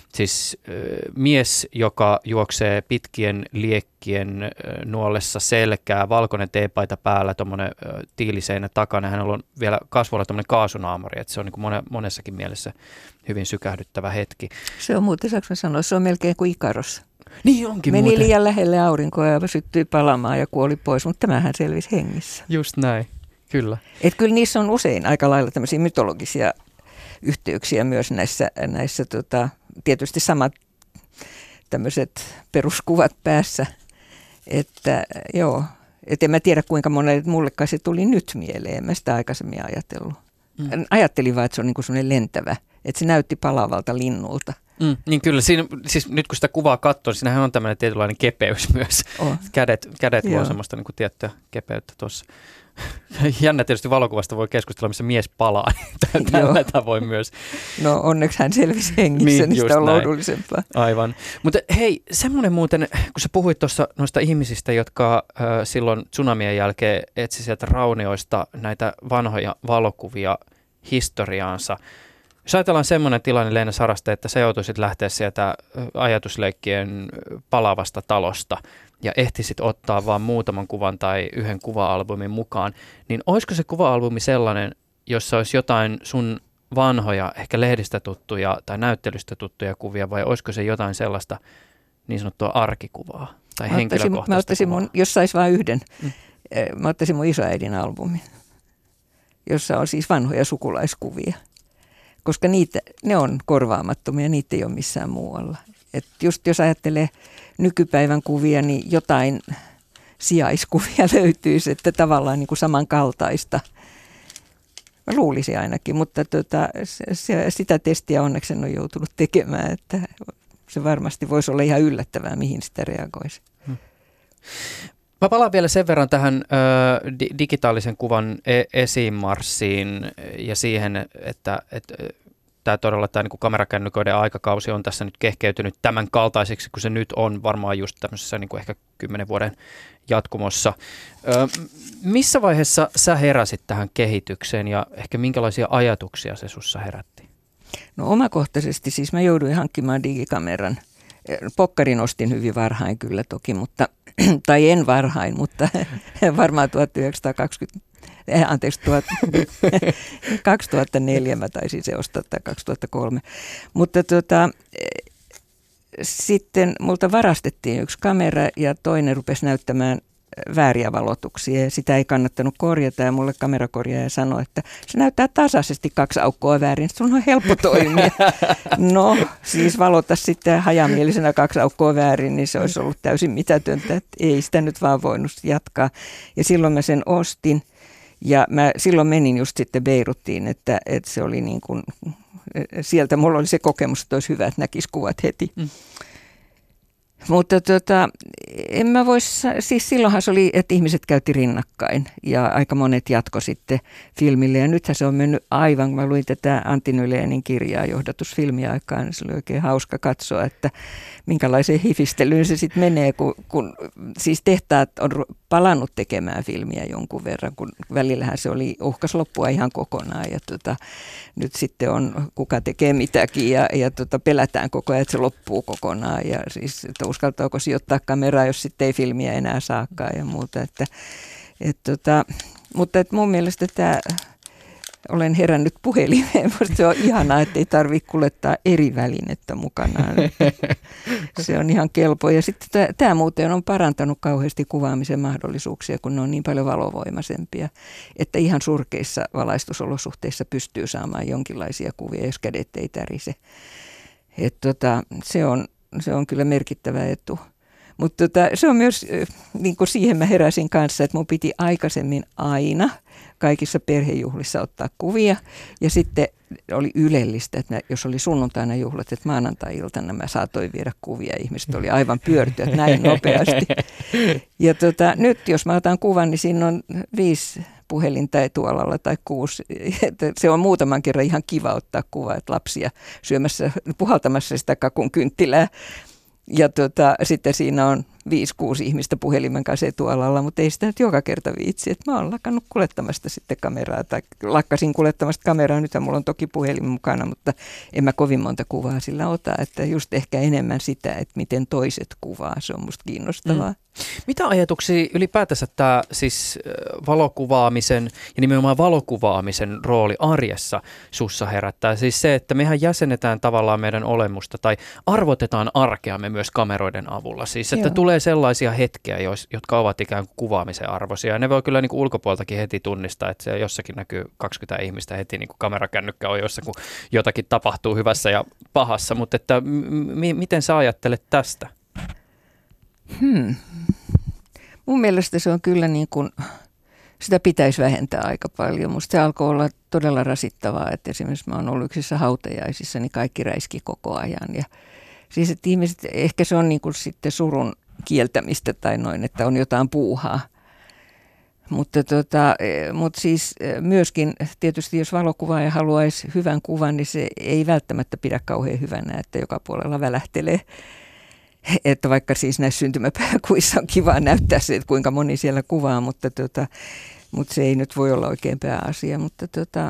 S3: mies, joka juoksee pitkien liekkien nuollessa selkää, valkoinen teepaita päällä, tuommoinen tiiliseinä takana. Hänellä on vielä kasvoilla tuommoinen kaasunaamari, että se on niin kuin monessakin mielessä hyvin sykähdyttävä hetki.
S4: Se on muuten, saanko mä sanoa, se on melkein kuin Ikaros.
S3: Niin onkin
S4: Meni
S3: muuten.
S4: liian lähelle aurinkoa ja syttyi palamaan ja kuoli pois, mutta tämähän selvisi hengissä.
S3: Just näin, kyllä.
S4: Et kyllä niissä on usein aika lailla tämmöisiä mytologisia yhteyksiä myös näissä tietysti samat tämmöiset peruskuvat päässä, että joo, että en mä tiedä kuinka monelle, mullekaan se tuli nyt mieleen, en mä sitä aikaisemmin ajatellut. Ajattelin vaan, että se on niin kuin semmoinen lentävä, että se näytti palaavalta linnulta.
S3: Niin kyllä, siinä, siis nyt kun sitä kuvaa katsoo, niin siinähän on tämmöinen tietynlainen kepeys myös. Kädet luo semmoista niin kuin tiettyä kepeyttä tuossa. Jännä tietysti valokuvasta voi keskustella, missä mies palaa. Tällä tavoin myös.
S4: No onneksi hän selvisi hengissä, niin sitä on lohdullisempaa.
S3: Aivan. Mutta hei, semmoinen muuten, kun sä puhuit tuossa noista ihmisistä, jotka silloin tsunamien jälkeen etsi sieltä raunioista näitä vanhoja valokuvia historiaansa. Jos ajatellaan semmoinen tilanne, Leena Saraste, että sä joutuisit lähteä sieltä ajatusleikkien palavasta talosta ja ehtisit ottaa vaan muutaman kuvan tai yhden kuva-albumin mukaan, niin olisiko se kuva-albumi sellainen, jossa olisi jotain sun vanhoja, ehkä lehdistä tuttuja tai näyttelystä tuttuja kuvia, vai olisiko se jotain sellaista niin sanottua arkikuvaa tai henkilökohtaista
S4: Mä ottaisin
S3: kuvaa?
S4: jos sais vain yhden, mä ottaisin mun isoäidin albumin, jossa on siis vanhoja sukulaiskuvia. Koska ne on korvaamattomia, niitä ei ole missään muualla. Et just jos ajattelee nykypäivän kuvia, niin jotain sijaiskuvia löytyisi, että tavallaan niin kuin samankaltaista. Mä luulisin ainakin, mutta sitä testiä onneksi en ole joutunut tekemään, että se varmasti voisi olla ihan yllättävää, mihin sitä reagoisi.
S3: Mä palaan vielä sen verran tähän digitaalisen kuvan esiinmarssiin ja siihen, että tämä todella tämä niin kamerakännyköiden aikakausi on tässä nyt kehkeytynyt tämän kaltaiseksi, kun se nyt on varmaan just tämmöisessä niin kuin ehkä 10 vuoden jatkumossa. Missä vaiheessa sä heräsit tähän kehitykseen ja ehkä minkälaisia ajatuksia se sussa herätti?
S4: No omakohtaisesti siis mä jouduin hankkimaan digikameran. Pokkarin ostin hyvin varhain kyllä toki, mutta, tai en varhain, mutta varmaan 2004 mä taisin se ostaa tai 2003. Mutta sitten multa varastettiin yksi kamera ja toinen rupesi näyttämään vääriä valotuksia ja sitä ei kannattanut korjata ja mulle kamerakorjaaja sanoi, että se näyttää tasaisesti 2 aukkoa väärin, sun on helppo toimia. No siis valota sitten hajamielisenä 2 aukkoa väärin, niin se olisi ollut täysin mitätöntä, että ei sitä nyt vaan voinut jatkaa. Ja silloin mä sen ostin ja mä silloin menin just sitten Beiruttiin, että se oli niin kuin, sieltä mulla oli se kokemus, että olisi hyvä, että näkisi kuvat heti. Mutta en mä siis silloinhan se oli, että ihmiset käytti rinnakkain ja aika monet jatko sitten filmille. Ja nythän se on mennyt aivan, kun mä luin tätä Antti Nylénin kirjaa johdatusfilmiä aikaan, niin se oli oikein hauska katsoa, että minkälaiseen hifistelyyn se sitten menee, kun siis tehtaat on palannut tekemään filmiä jonkun verran, kun välillähän se oli uhkas loppua ihan kokonaan ja nyt sitten on kuka tekee mitäkin ja pelätään koko ajan, että se loppuu kokonaan ja siis, että uskaltaako sijoittaa kameraa, jos sitten ei filmiä enää saakaan ja muuta. Mutta mun mielestä tämä, olen herännyt puhelimeen, mutta se on ihanaa, että ei tarvitse kuljettaa eri välinettä mukanaan. Se on ihan kelpo. Ja sitten tämä muuten on parantanut kauheasti kuvaamisen mahdollisuuksia, kun ne on niin paljon valovoimaisempia, että ihan surkeissa valaistusolosuhteissa pystyy saamaan jonkinlaisia kuvia, jos kädet ei tärise. Se on kyllä merkittävä etu. Mutta se on myös, niin kuin siihen mä heräsin kanssa, että mun piti aikaisemmin aina kaikissa perhejuhlissa ottaa kuvia. Ja sitten oli ylellistä, että jos oli sunnuntaina juhlat, että maanantai-iltana mä saatoin viedä kuvia. Ihmiset oli aivan pyörtyä näin nopeasti. Ja nyt jos mä otan kuvan, niin siinä on 5 puhelinta etualalla tai 6. Se on muutaman kerran ihan kiva ottaa kuva, että lapsia syömässä, puhaltamassa sitä kakun kynttilää. Ja sitten siinä on 5-6 ihmistä puhelimen kanssa etualalla, mutta ei sitä nyt joka kerta viitsi. Että mä oon lakannut kuljettamasta sitten kameraa, tai lakkasin kuljettamasta kameraa. Nythän mulla on toki puhelin mukana, mutta en mä kovin monta kuvaa sillä ota. Että just ehkä enemmän sitä, että miten toiset kuvaa, se on musta kiinnostavaa.
S3: Mitä ajatuksia ylipäätänsä tämä siis valokuvaamisen ja nimenomaan valokuvaamisen rooli arjessa sussa herättää? Siis se, että mehän jäsennetään tavallaan meidän olemusta tai arvotetaan arkeamme myös kameroiden avulla. Siis että tulee sellaisia hetkiä, jotka ovat ikään kuin kuvaamisen arvoisia. Ja ne voi kyllä niin kuin ulkopuoltakin heti tunnistaa, että se jossakin näkyy 20 ihmistä heti, niin kuin kamerakännykkä on jossain, kun jotakin tapahtuu hyvässä ja pahassa. Mutta että miten sä ajattelet tästä?
S4: Mun mielestä se on kyllä niin kuin, sitä pitäisi vähentää aika paljon. Musta se alkoi olla todella rasittavaa, että esimerkiksi mä oon ollut yksissä hautajaisissa, niin kaikki räiski koko ajan. Ja siis, että ihmiset, ehkä se on niin kuin sitten surun kieltämistä tai noin, että on jotain puuhaa. Mutta siis myöskin tietysti jos valokuvaaja haluaisi hyvän kuvan, niin se ei välttämättä pidä kauhean hyvänä, että joka puolella välähtelee. Että vaikka siis näissä syntymäpäiväkuvissa on kiva näyttää se, että kuinka moni siellä kuvaa, mutta se ei nyt voi olla oikein pääasia. Mutta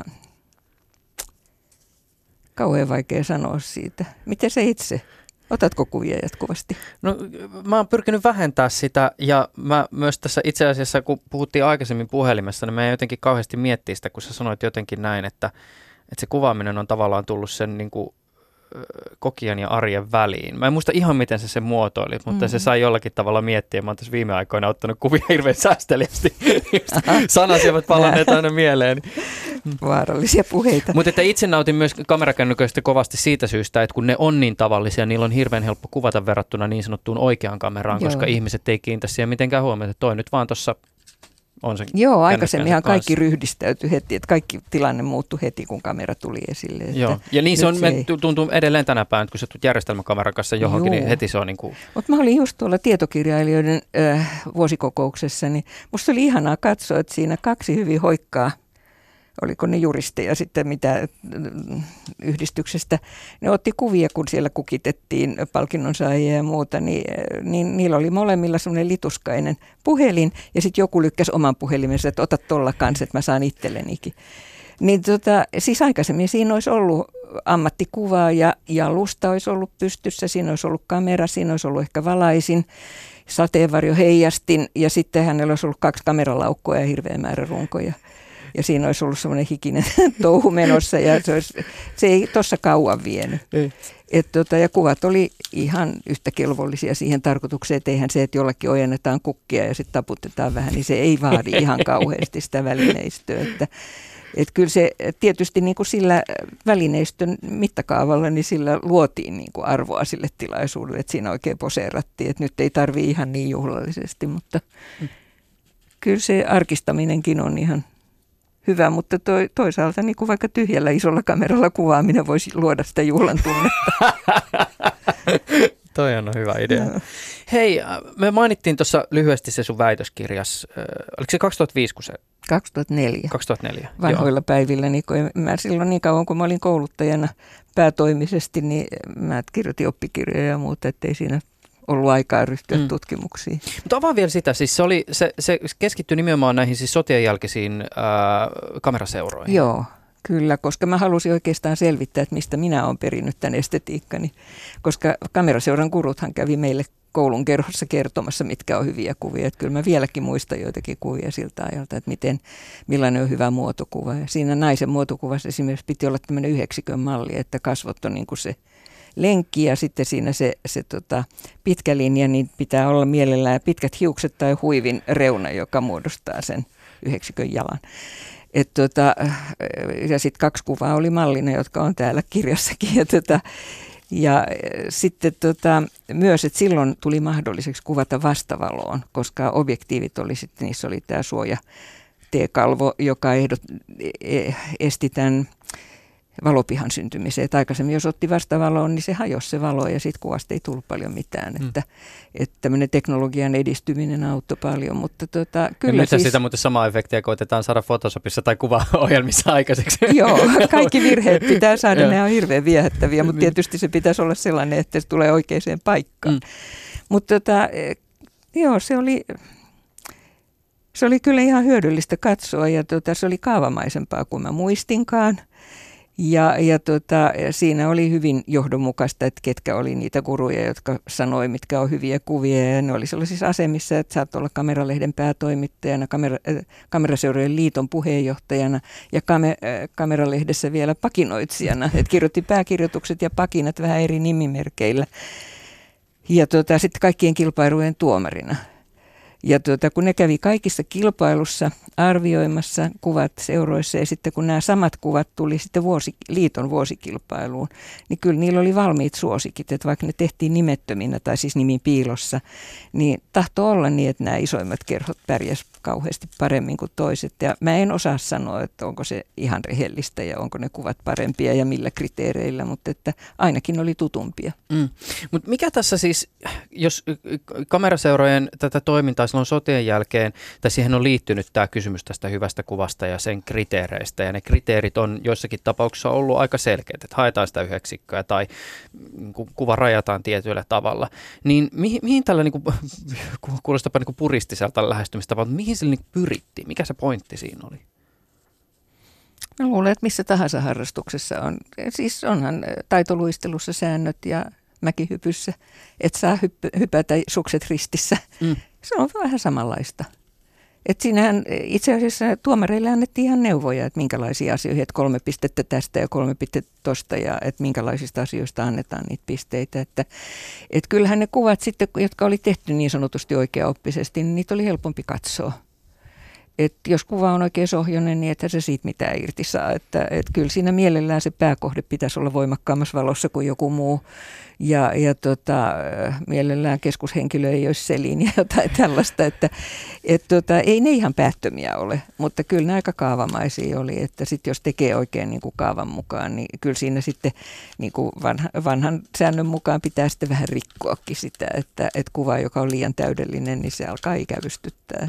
S4: kauhean vaikea sanoa siitä. Miten sä itse? Otatko kuvia jatkuvasti?
S3: No mä oon pyrkinyt vähentää sitä ja mä myös tässä itse asiassa, kun puhuttiin aikaisemmin puhelimessa, niin mä jotenkin kauheasti miettiä sitä, kun sä sanoit jotenkin näin, että se kuvaaminen on tavallaan tullut sen niin kuin kokijan ja arjen väliin. Mä en muista ihan miten se muotoili, mutta se sai jollakin tavalla miettiä. Mä oon tässä viime aikoina ottanut kuvia hirveän säästeliästi. Sanasi ovat palanneet aina mieleen.
S4: Vaarallisia puheita.
S3: Mutta että itse nautin myös kamerakännyköistä kovasti siitä syystä, että kun ne on niin tavallisia, niillä on hirveän helppo kuvata verrattuna niin sanottuun oikeaan kameraan, koska ihmiset ei kiinnitä siihen mitenkään huomiota. Toi nyt vaan tuossa on se.
S4: Joo, aikaisemminhan kaikki ryhdistäytyi heti, että kaikki tilanne muuttui heti, kun kamera tuli esille.
S3: Joo, ja niin se on, tuntuu edelleen tänä päivänä, kun sä tulet järjestelmäkameran kanssa johonkin, niin heti se on niin kuin.
S4: Mutta mä olin just tuolla tietokirjailijoiden vuosikokouksessa, niin musta oli ihanaa katsoa, että siinä 2 hyvin hoikkaa, oliko ne juristeja sitten mitä yhdistyksestä, ne otti kuvia, kun siellä kukitettiin palkinnonsaajia ja muuta, niin niillä oli molemmilla semmoinen lituskainen puhelin ja sitten joku lykkäsi oman puhelimensa, että ota tolla kanssa, että mä saan itsellenikin. Niin siis aikaisemmin siinä olisi ollut ammattikuvaa ja jalusta olisi ollut pystyssä, siinä olisi ollut kamera, siinä olisi ollut ehkä valaisin, sateenvarjo, heijastin ja sitten hänellä olisi ollut 2 kameralaukkoa ja hirveä määrä runkoja. Ja siinä olisi ollut semmoinen hikinen touhu menossa ja se ei tuossa kauan vienyt. Ja kuvat oli ihan yhtä kelvollisia siihen tarkoitukseen, että eihän se, että jollakin ojennetaan kukkia ja sitten taputetaan vähän, niin se ei vaadi ihan kauheasti sitä välineistöä. Että kyllä se tietysti niin kuin sillä välineistön mittakaavalla, niin sillä luotiin niin kuin arvoa sille tilaisuudelle, että siinä oikein poseerattiin, että nyt ei tarvitse ihan niin juhlallisesti, mutta kyllä se arkistaminenkin on ihan hyvä, mutta toisaalta niin kuin vaikka tyhjällä isolla kameralla kuvaaminen voisi luoda sitä juhlan tunnetta.
S3: Toi on hyvä idea. No. Hei, me mainittiin tuossa lyhyesti se sun väitöskirjas. Oliko se 2005, kun se?
S4: 2004.
S3: 2004.
S4: Vanhoilla päivillä. Niin mä silloin niin kauan, kun mä olin kouluttajana päätoimisesti, niin mä kirjoitin oppikirjoja ja muuta, ettei siinä ollut aikaa ryhtyä tutkimuksiin.
S3: Mutta avaa vielä sitä. Siis se keskittyi nimenomaan näihin siis sotien jälkeisiin kameraseuroihin.
S4: Joo, kyllä, koska mä halusin oikeastaan selvittää, että mistä minä olen perinnyt tämän estetiikkani. Koska kameraseuran guruthan kävi meille koulun kerhossa kertomassa, mitkä on hyviä kuvia. Että kyllä mä vieläkin muistan joitakin kuvia siltä ajalta, että millainen on hyvä muotokuva. Ja siinä naisen muotokuvassa esimerkiksi piti olla tämmöinen 9 malli, että kasvot on niin kuin se lenkki ja sitten siinä se pitkä linja, niin pitää olla mielellään pitkät hiukset tai huivin reuna, joka muodostaa sen 9 jalan. Ja sitten 2 kuvaa oli mallina, jotka on täällä kirjassakin. Ja sitten myös, että silloin tuli mahdolliseksi kuvata vastavaloon, koska objektiivit oli sitten, niissä oli tämä suoja T-kalvo, joka esti tämän valopihan syntymiseen. Että aikaisemmin jos otti vastavaloon, niin se hajosi se valo ja sitten kuvasta ei tullut paljon mitään. Että tämmöinen teknologian edistyminen auttoi paljon, mutta kyllä
S3: nyt sitä muuten samaa efektiä koitetaan saada Photoshopissa tai kuvaohjelmissa aikaiseksi.
S4: Joo, kaikki virheet pitää saada, ne on hirveän viehättäviä, mutta tietysti se pitäisi olla sellainen, että se tulee oikeaan paikkaan. Mutta joo, se oli kyllä ihan hyödyllistä katsoa ja se oli kaavamaisempaa kuin mä muistinkaan. Ja siinä oli hyvin johdonmukaista, että ketkä oli niitä guruja, jotka sanoi, mitkä on hyviä kuvia. Ja ne oli sellaisissa asemissa, että saat olla Kameralehden päätoimittajana, Kameraseurojen liiton puheenjohtajana ja Kameralehdessä vielä pakinoitsijana. Että kirjoitti pääkirjoitukset ja pakinat vähän eri nimimerkeillä. Ja sitten kaikkien kilpailujen tuomarina. Ja kun ne kävi kaikissa kilpailussa arvioimassa kuvat seuroissa ja sitten kun nämä samat kuvat tuli sitten liiton vuosikilpailuun, niin kyllä niillä oli valmiit suosikit, että vaikka ne tehtiin nimettöminä tai siis nimin piilossa, niin tahtoi olla niin, että nämä isoimmat kerhot pärjäsivät kauheasti paremmin kuin toiset. Ja mä en osaa sanoa, että onko se ihan rehellistä ja onko ne kuvat parempia ja millä kriteereillä, mutta että ainakin oli tutumpia.
S3: Mutta mikä tässä siis, jos kameraseurojen tätä toimintaa silloin sotien jälkeen, tai siihen on liittynyt tämä kysymys tästä hyvästä kuvasta ja sen kriteereistä, ja ne kriteerit on joissakin tapauksissa ollut aika selkeät, että haetaan sitä yhdeksikköä tai kuva rajataan tietyllä tavalla, niin mihin tällä kuulostapa puristiselta lähestymistavalta, mihin sillä pyrittiin, mikä se pointti siinä oli?
S4: Mä luulen, että missä tahansa harrastuksessa on, siis onhan taitoluistelussa säännöt ja mäkihypyssä, että saa hypätä sukset ristissä. Se on vähän samanlaista. Et siinähän itse asiassa tuomareille annettiin ihan neuvoja, että minkälaisia asioita, että 3 pistettä tästä ja 3 pistettä tosta ja että minkälaisista asioista annetaan niitä pisteitä. Että kyllähän ne kuvat sitten, jotka oli tehty niin sanotusti oikeaoppisesti, niin niitä oli helpompi katsoa. Että jos kuva on oikein sohjoinen, niin ethän se siitä mitään irti saa. Että kyllä siinä mielellään se pääkohde pitäisi olla voimakkaammassa valossa kuin joku muu. Ja mielellään keskushenkilö ei olisi selin ja jotain tällaista. Että ei ne ihan päättömiä ole, mutta kyllä ne aika kaavamaisia oli. Että sitten jos tekee oikein niin kuin kaavan mukaan, niin kyllä siinä sitten niin kuin vanhan säännön mukaan pitää sitten vähän rikkoakin sitä. Että kuva, joka on liian täydellinen, niin se alkaa ikävystyttää.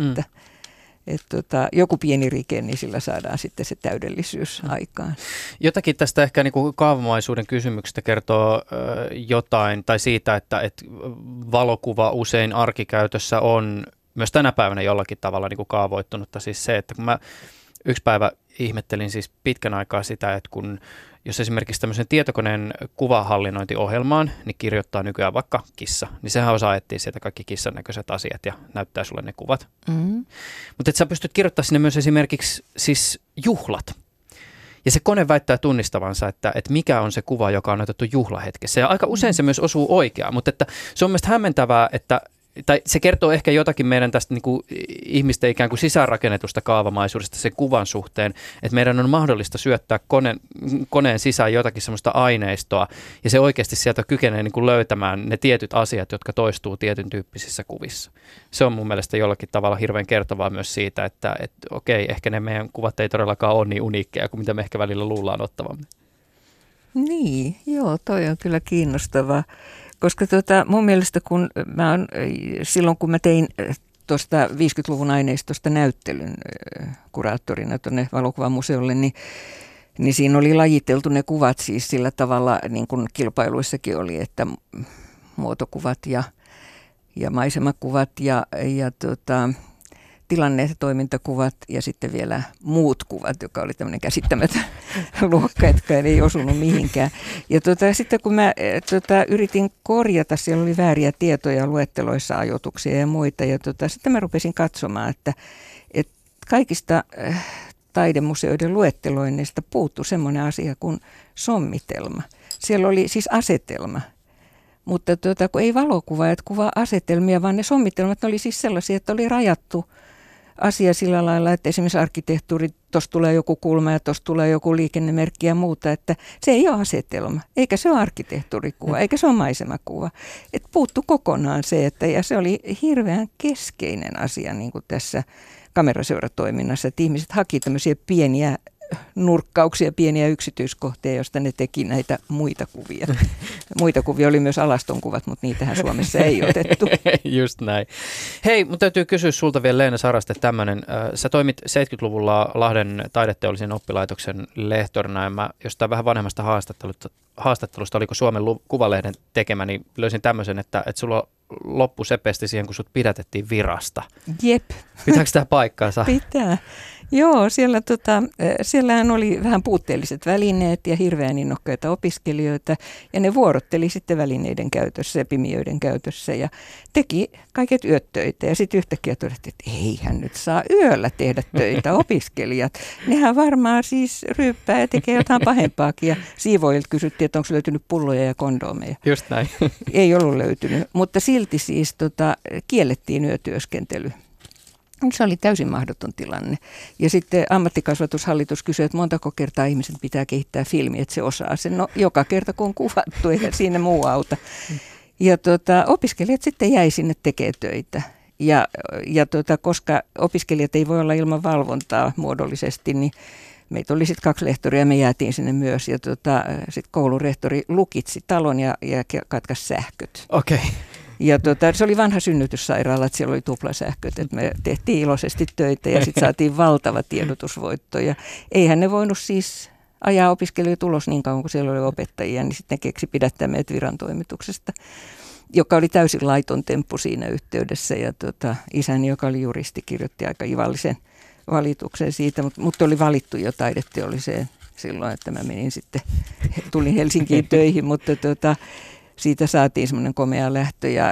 S4: Että joku pieni rike, niin sillä saadaan sitten se täydellisyys aikaan.
S3: Jotakin tästä ehkä niin kuin kaavamaisuuden kysymyksestä kertoo jotain, tai siitä, että valokuva usein arkikäytössä on myös tänä päivänä jollakin tavalla niin kuin kaavoittunutta. Siis se, että kun mä yksi päivä ihmettelin siis pitkän aikaa sitä, että jos esimerkiksi tämmöisen tietokoneen kuvahallinnointiohjelmaan, niin kirjoittaa nykyään vaikka kissa, niin sehän osaa etsiä sieltä kaikki kissan näköiset asiat ja näyttää sulle ne kuvat. Mutta että sä pystyt kirjoittamaan sinne myös esimerkiksi siis juhlat. Ja se kone väittää tunnistavansa, että mikä on se kuva, joka on otettu juhlahetkessä. Ja aika usein se myös osuu oikeaan, mutta että se on mielestäni hämmentävää, tai se kertoo ehkä jotakin meidän tästä niin kuin ihmisten ikään kuin sisäänrakennetusta kaavamaisuudesta sen kuvan suhteen, että meidän on mahdollista syöttää koneen sisään jotakin sellaista aineistoa, ja se oikeasti sieltä kykenee niin kuin löytämään ne tietyt asiat, jotka toistuu tietyn tyyppisissä kuvissa. Se on mun mielestä jollakin tavalla hirveän kertovaa myös siitä, että okei, ehkä ne meidän kuvat ei todellakaan ole niin uniikkeja kuin mitä me ehkä välillä luullaan ottavamme.
S4: Niin, joo, toi on kyllä kiinnostavaa. Koska mun mielestä silloin kun mä tein tuosta 50-luvun aineistosta näyttelyn kuraattorina tuonne valokuvamuseolle, niin siinä oli lajiteltu ne kuvat siis sillä tavalla, niin kuin kilpailuissakin oli, että muotokuvat ja maisemakuvat ja tilanne- ja toimintakuvat ja sitten vielä muut kuvat, joka oli tämmöinen käsittämätön luokka, jotka ei osunut mihinkään. Ja sitten kun mä yritin korjata, siellä oli vääriä tietoja luetteloissa, ajoituksia ja muita. Ja sitten mä rupesin katsomaan, että kaikista taidemuseoiden luetteloinneista puuttui semmoinen asia kuin sommitelma. Siellä oli siis asetelma. Mutta kun ei valokuvaajat kuvaa asetelmia, vaan ne sommitelmat oli siis sellaisia, että oli rajattu asia sillä lailla, että esimerkiksi arkkitehtuuri, tuossa tulee joku kulma ja tuossa tulee joku liikennemerkki ja muuta, että se ei ole asetelma, eikä se ole arkkitehtuurikuva, eikä se ole maisemakuva. Että puuttu kokonaan se, ja se oli hirveän keskeinen asia niin kuin tässä kameraseuratoiminnassa, että ihmiset haki tämmöisiä pieniä nurkkauksia, pieniä yksityiskohtia, joista ne teki näitä muita kuvia. Muita kuvia oli myös alastonkuvat, mutta niitähän Suomessa ei otettu.
S3: Just näin. Hei, mun täytyy kysyä sulta vielä, Leena Saraste, tämmöinen. Sä toimit 70-luvulla Lahden taideteollisen oppilaitoksen lehtorina, ja mä jostain vähän vanhemmasta haastattelusta, oliko Suomen Kuvalehden tekemä, niin löysin tämmöisen, että sulla loppu se pesti siihen, kun sut pidätettiin virasta.
S4: Jep.
S3: Pitääkö tämä paikkaansa?
S4: Pitää. Joo, siellähän oli vähän puutteelliset välineet ja hirveän innokkaita opiskelijoita, ja ne vuorotteli sitten välineiden käytössä ja pimiöiden käytössä ja teki kaiket yötöitä. Ja sitten yhtäkkiä todettiin, että eihän nyt saa yöllä tehdä töitä opiskelijat. Nehän varmaan siis ryyppää ja tekee jotain pahempaakin. Ja siivoojilta kysyttiin, että onko löytynyt pulloja ja kondoomeja.
S3: Just näin.
S4: Ei ollut löytynyt, mutta silti siis kiellettiin yötyöskentely. Se oli täysin mahdoton tilanne. Ja sitten ammattikasvatushallitus kysyi, että montako kertaa ihmiset pitää kehittää filmiä, että se osaa sen. No joka kerta kun on kuvattu, eihän siinä muu auta. Ja opiskelijat sitten jäi sinne tekemään töitä. Ja koska opiskelijat ei voi olla ilman valvontaa muodollisesti, niin meitä oli sitten 2 lehtoria ja me jäätiin sinne myös. Ja sitten koulurehtori lukitsi talon ja katkaisi sähköt.
S3: Okei. Okay.
S4: Ja se oli vanha synnytyssairaala, että siellä oli tuplasähköt, että me tehtiin iloisesti töitä ja sitten saatiin valtava tiedotusvoitto. Ja eihän ne voinut siis ajaa opiskelijoita ulos niin kauan, kun siellä oli opettajia, niin sitten ne keksi pidättää meidät virantoimituksesta, joka oli täysin laiton temppu siinä yhteydessä. Ja isäni, joka oli juristi, kirjoitti aika ivallisen valituksen siitä, mutta oli valittu jo taideteolliseen silloin, että mä tulin Helsinkiin töihin, mutta siitä saatiin semmoinen komea lähtö ja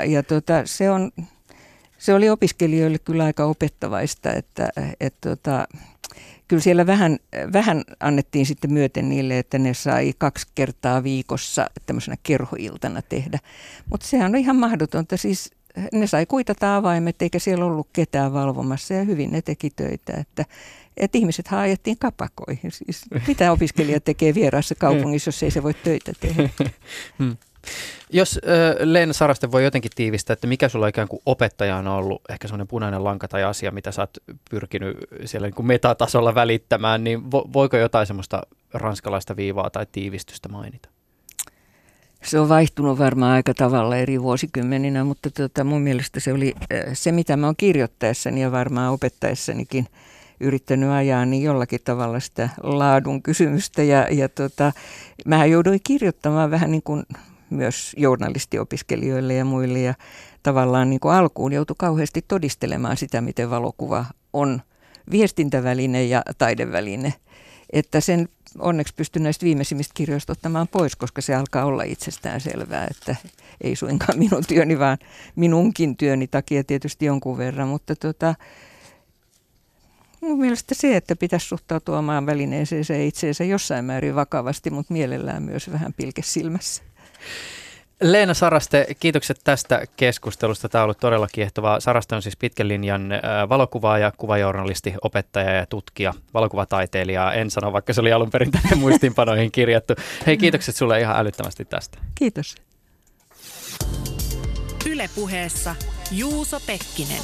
S4: se oli opiskelijoille kyllä aika opettavaista, että kyllä siellä vähän annettiin sitten myöten niille, että ne sai 2 kertaa viikossa tämmöisenä kerhoiltana tehdä, mutta sehän on ihan mahdotonta, siis ne sai kuitata avaimet eikä siellä ollut ketään valvomassa ja hyvin ne teki töitä, että ihmiset ajettiin kapakoihin, siis mitä opiskelija tekee vieraassa kaupungissa, jos ei se voi töitä tehdä.
S3: Jos Leena Saraste voi jotenkin tiivistää, että mikä sulla ikään kuin opettajana on ollut ehkä semmoinen punainen lanka tai asia, mitä sä oot pyrkinyt siellä niin kuin metatasolla välittämään, niin voiko jotain semmoista ranskalaista viivaa tai tiivistystä mainita?
S4: Se on vaihtunut varmaan aika tavalla eri vuosikymmeninä, mutta mun mielestä se oli se, mitä mä oon kirjoittaessani ja varmaan opettaessanikin yrittänyt ajaa, niin jollakin tavalla sitä laadun kysymystä. Mähän jouduin kirjoittamaan vähän niin kuin myös journalistiopiskelijoille ja muille ja tavallaan niin kuin alkuun joutui kauheasti todistelemaan sitä, miten valokuva on viestintäväline ja taideväline. Että sen onneksi pystyn näistä viimeisimmistä kirjoista ottamaan pois, koska se alkaa olla itsestään selvää, että ei suinkaan minun työni, vaan minunkin työni takia tietysti jonkun verran, mutta mun mielestä se, että pitäisi suhtautua omaan välineeseen se itseensä jossain määrin vakavasti, mutta mielellään myös vähän pilke silmässä.
S3: Leena Saraste, kiitokset tästä keskustelusta. Tämä on ollut todella kiehtovaa. Saraste on siis pitkän linjan valokuvaaja, kuvajournalisti, opettaja ja tutkija, valokuvataiteilija. En sano, vaikka se oli alun perin tänne muistiinpanoihin kirjattu. Hei, kiitokset sulle ihan älyttömästi tästä.
S4: Kiitos.
S1: Yle Puheessa Juuso Pekkinen.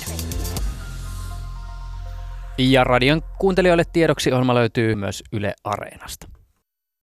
S3: Ja radion kuuntelijoille tiedoksi ohjelma löytyy myös Yle Areenasta.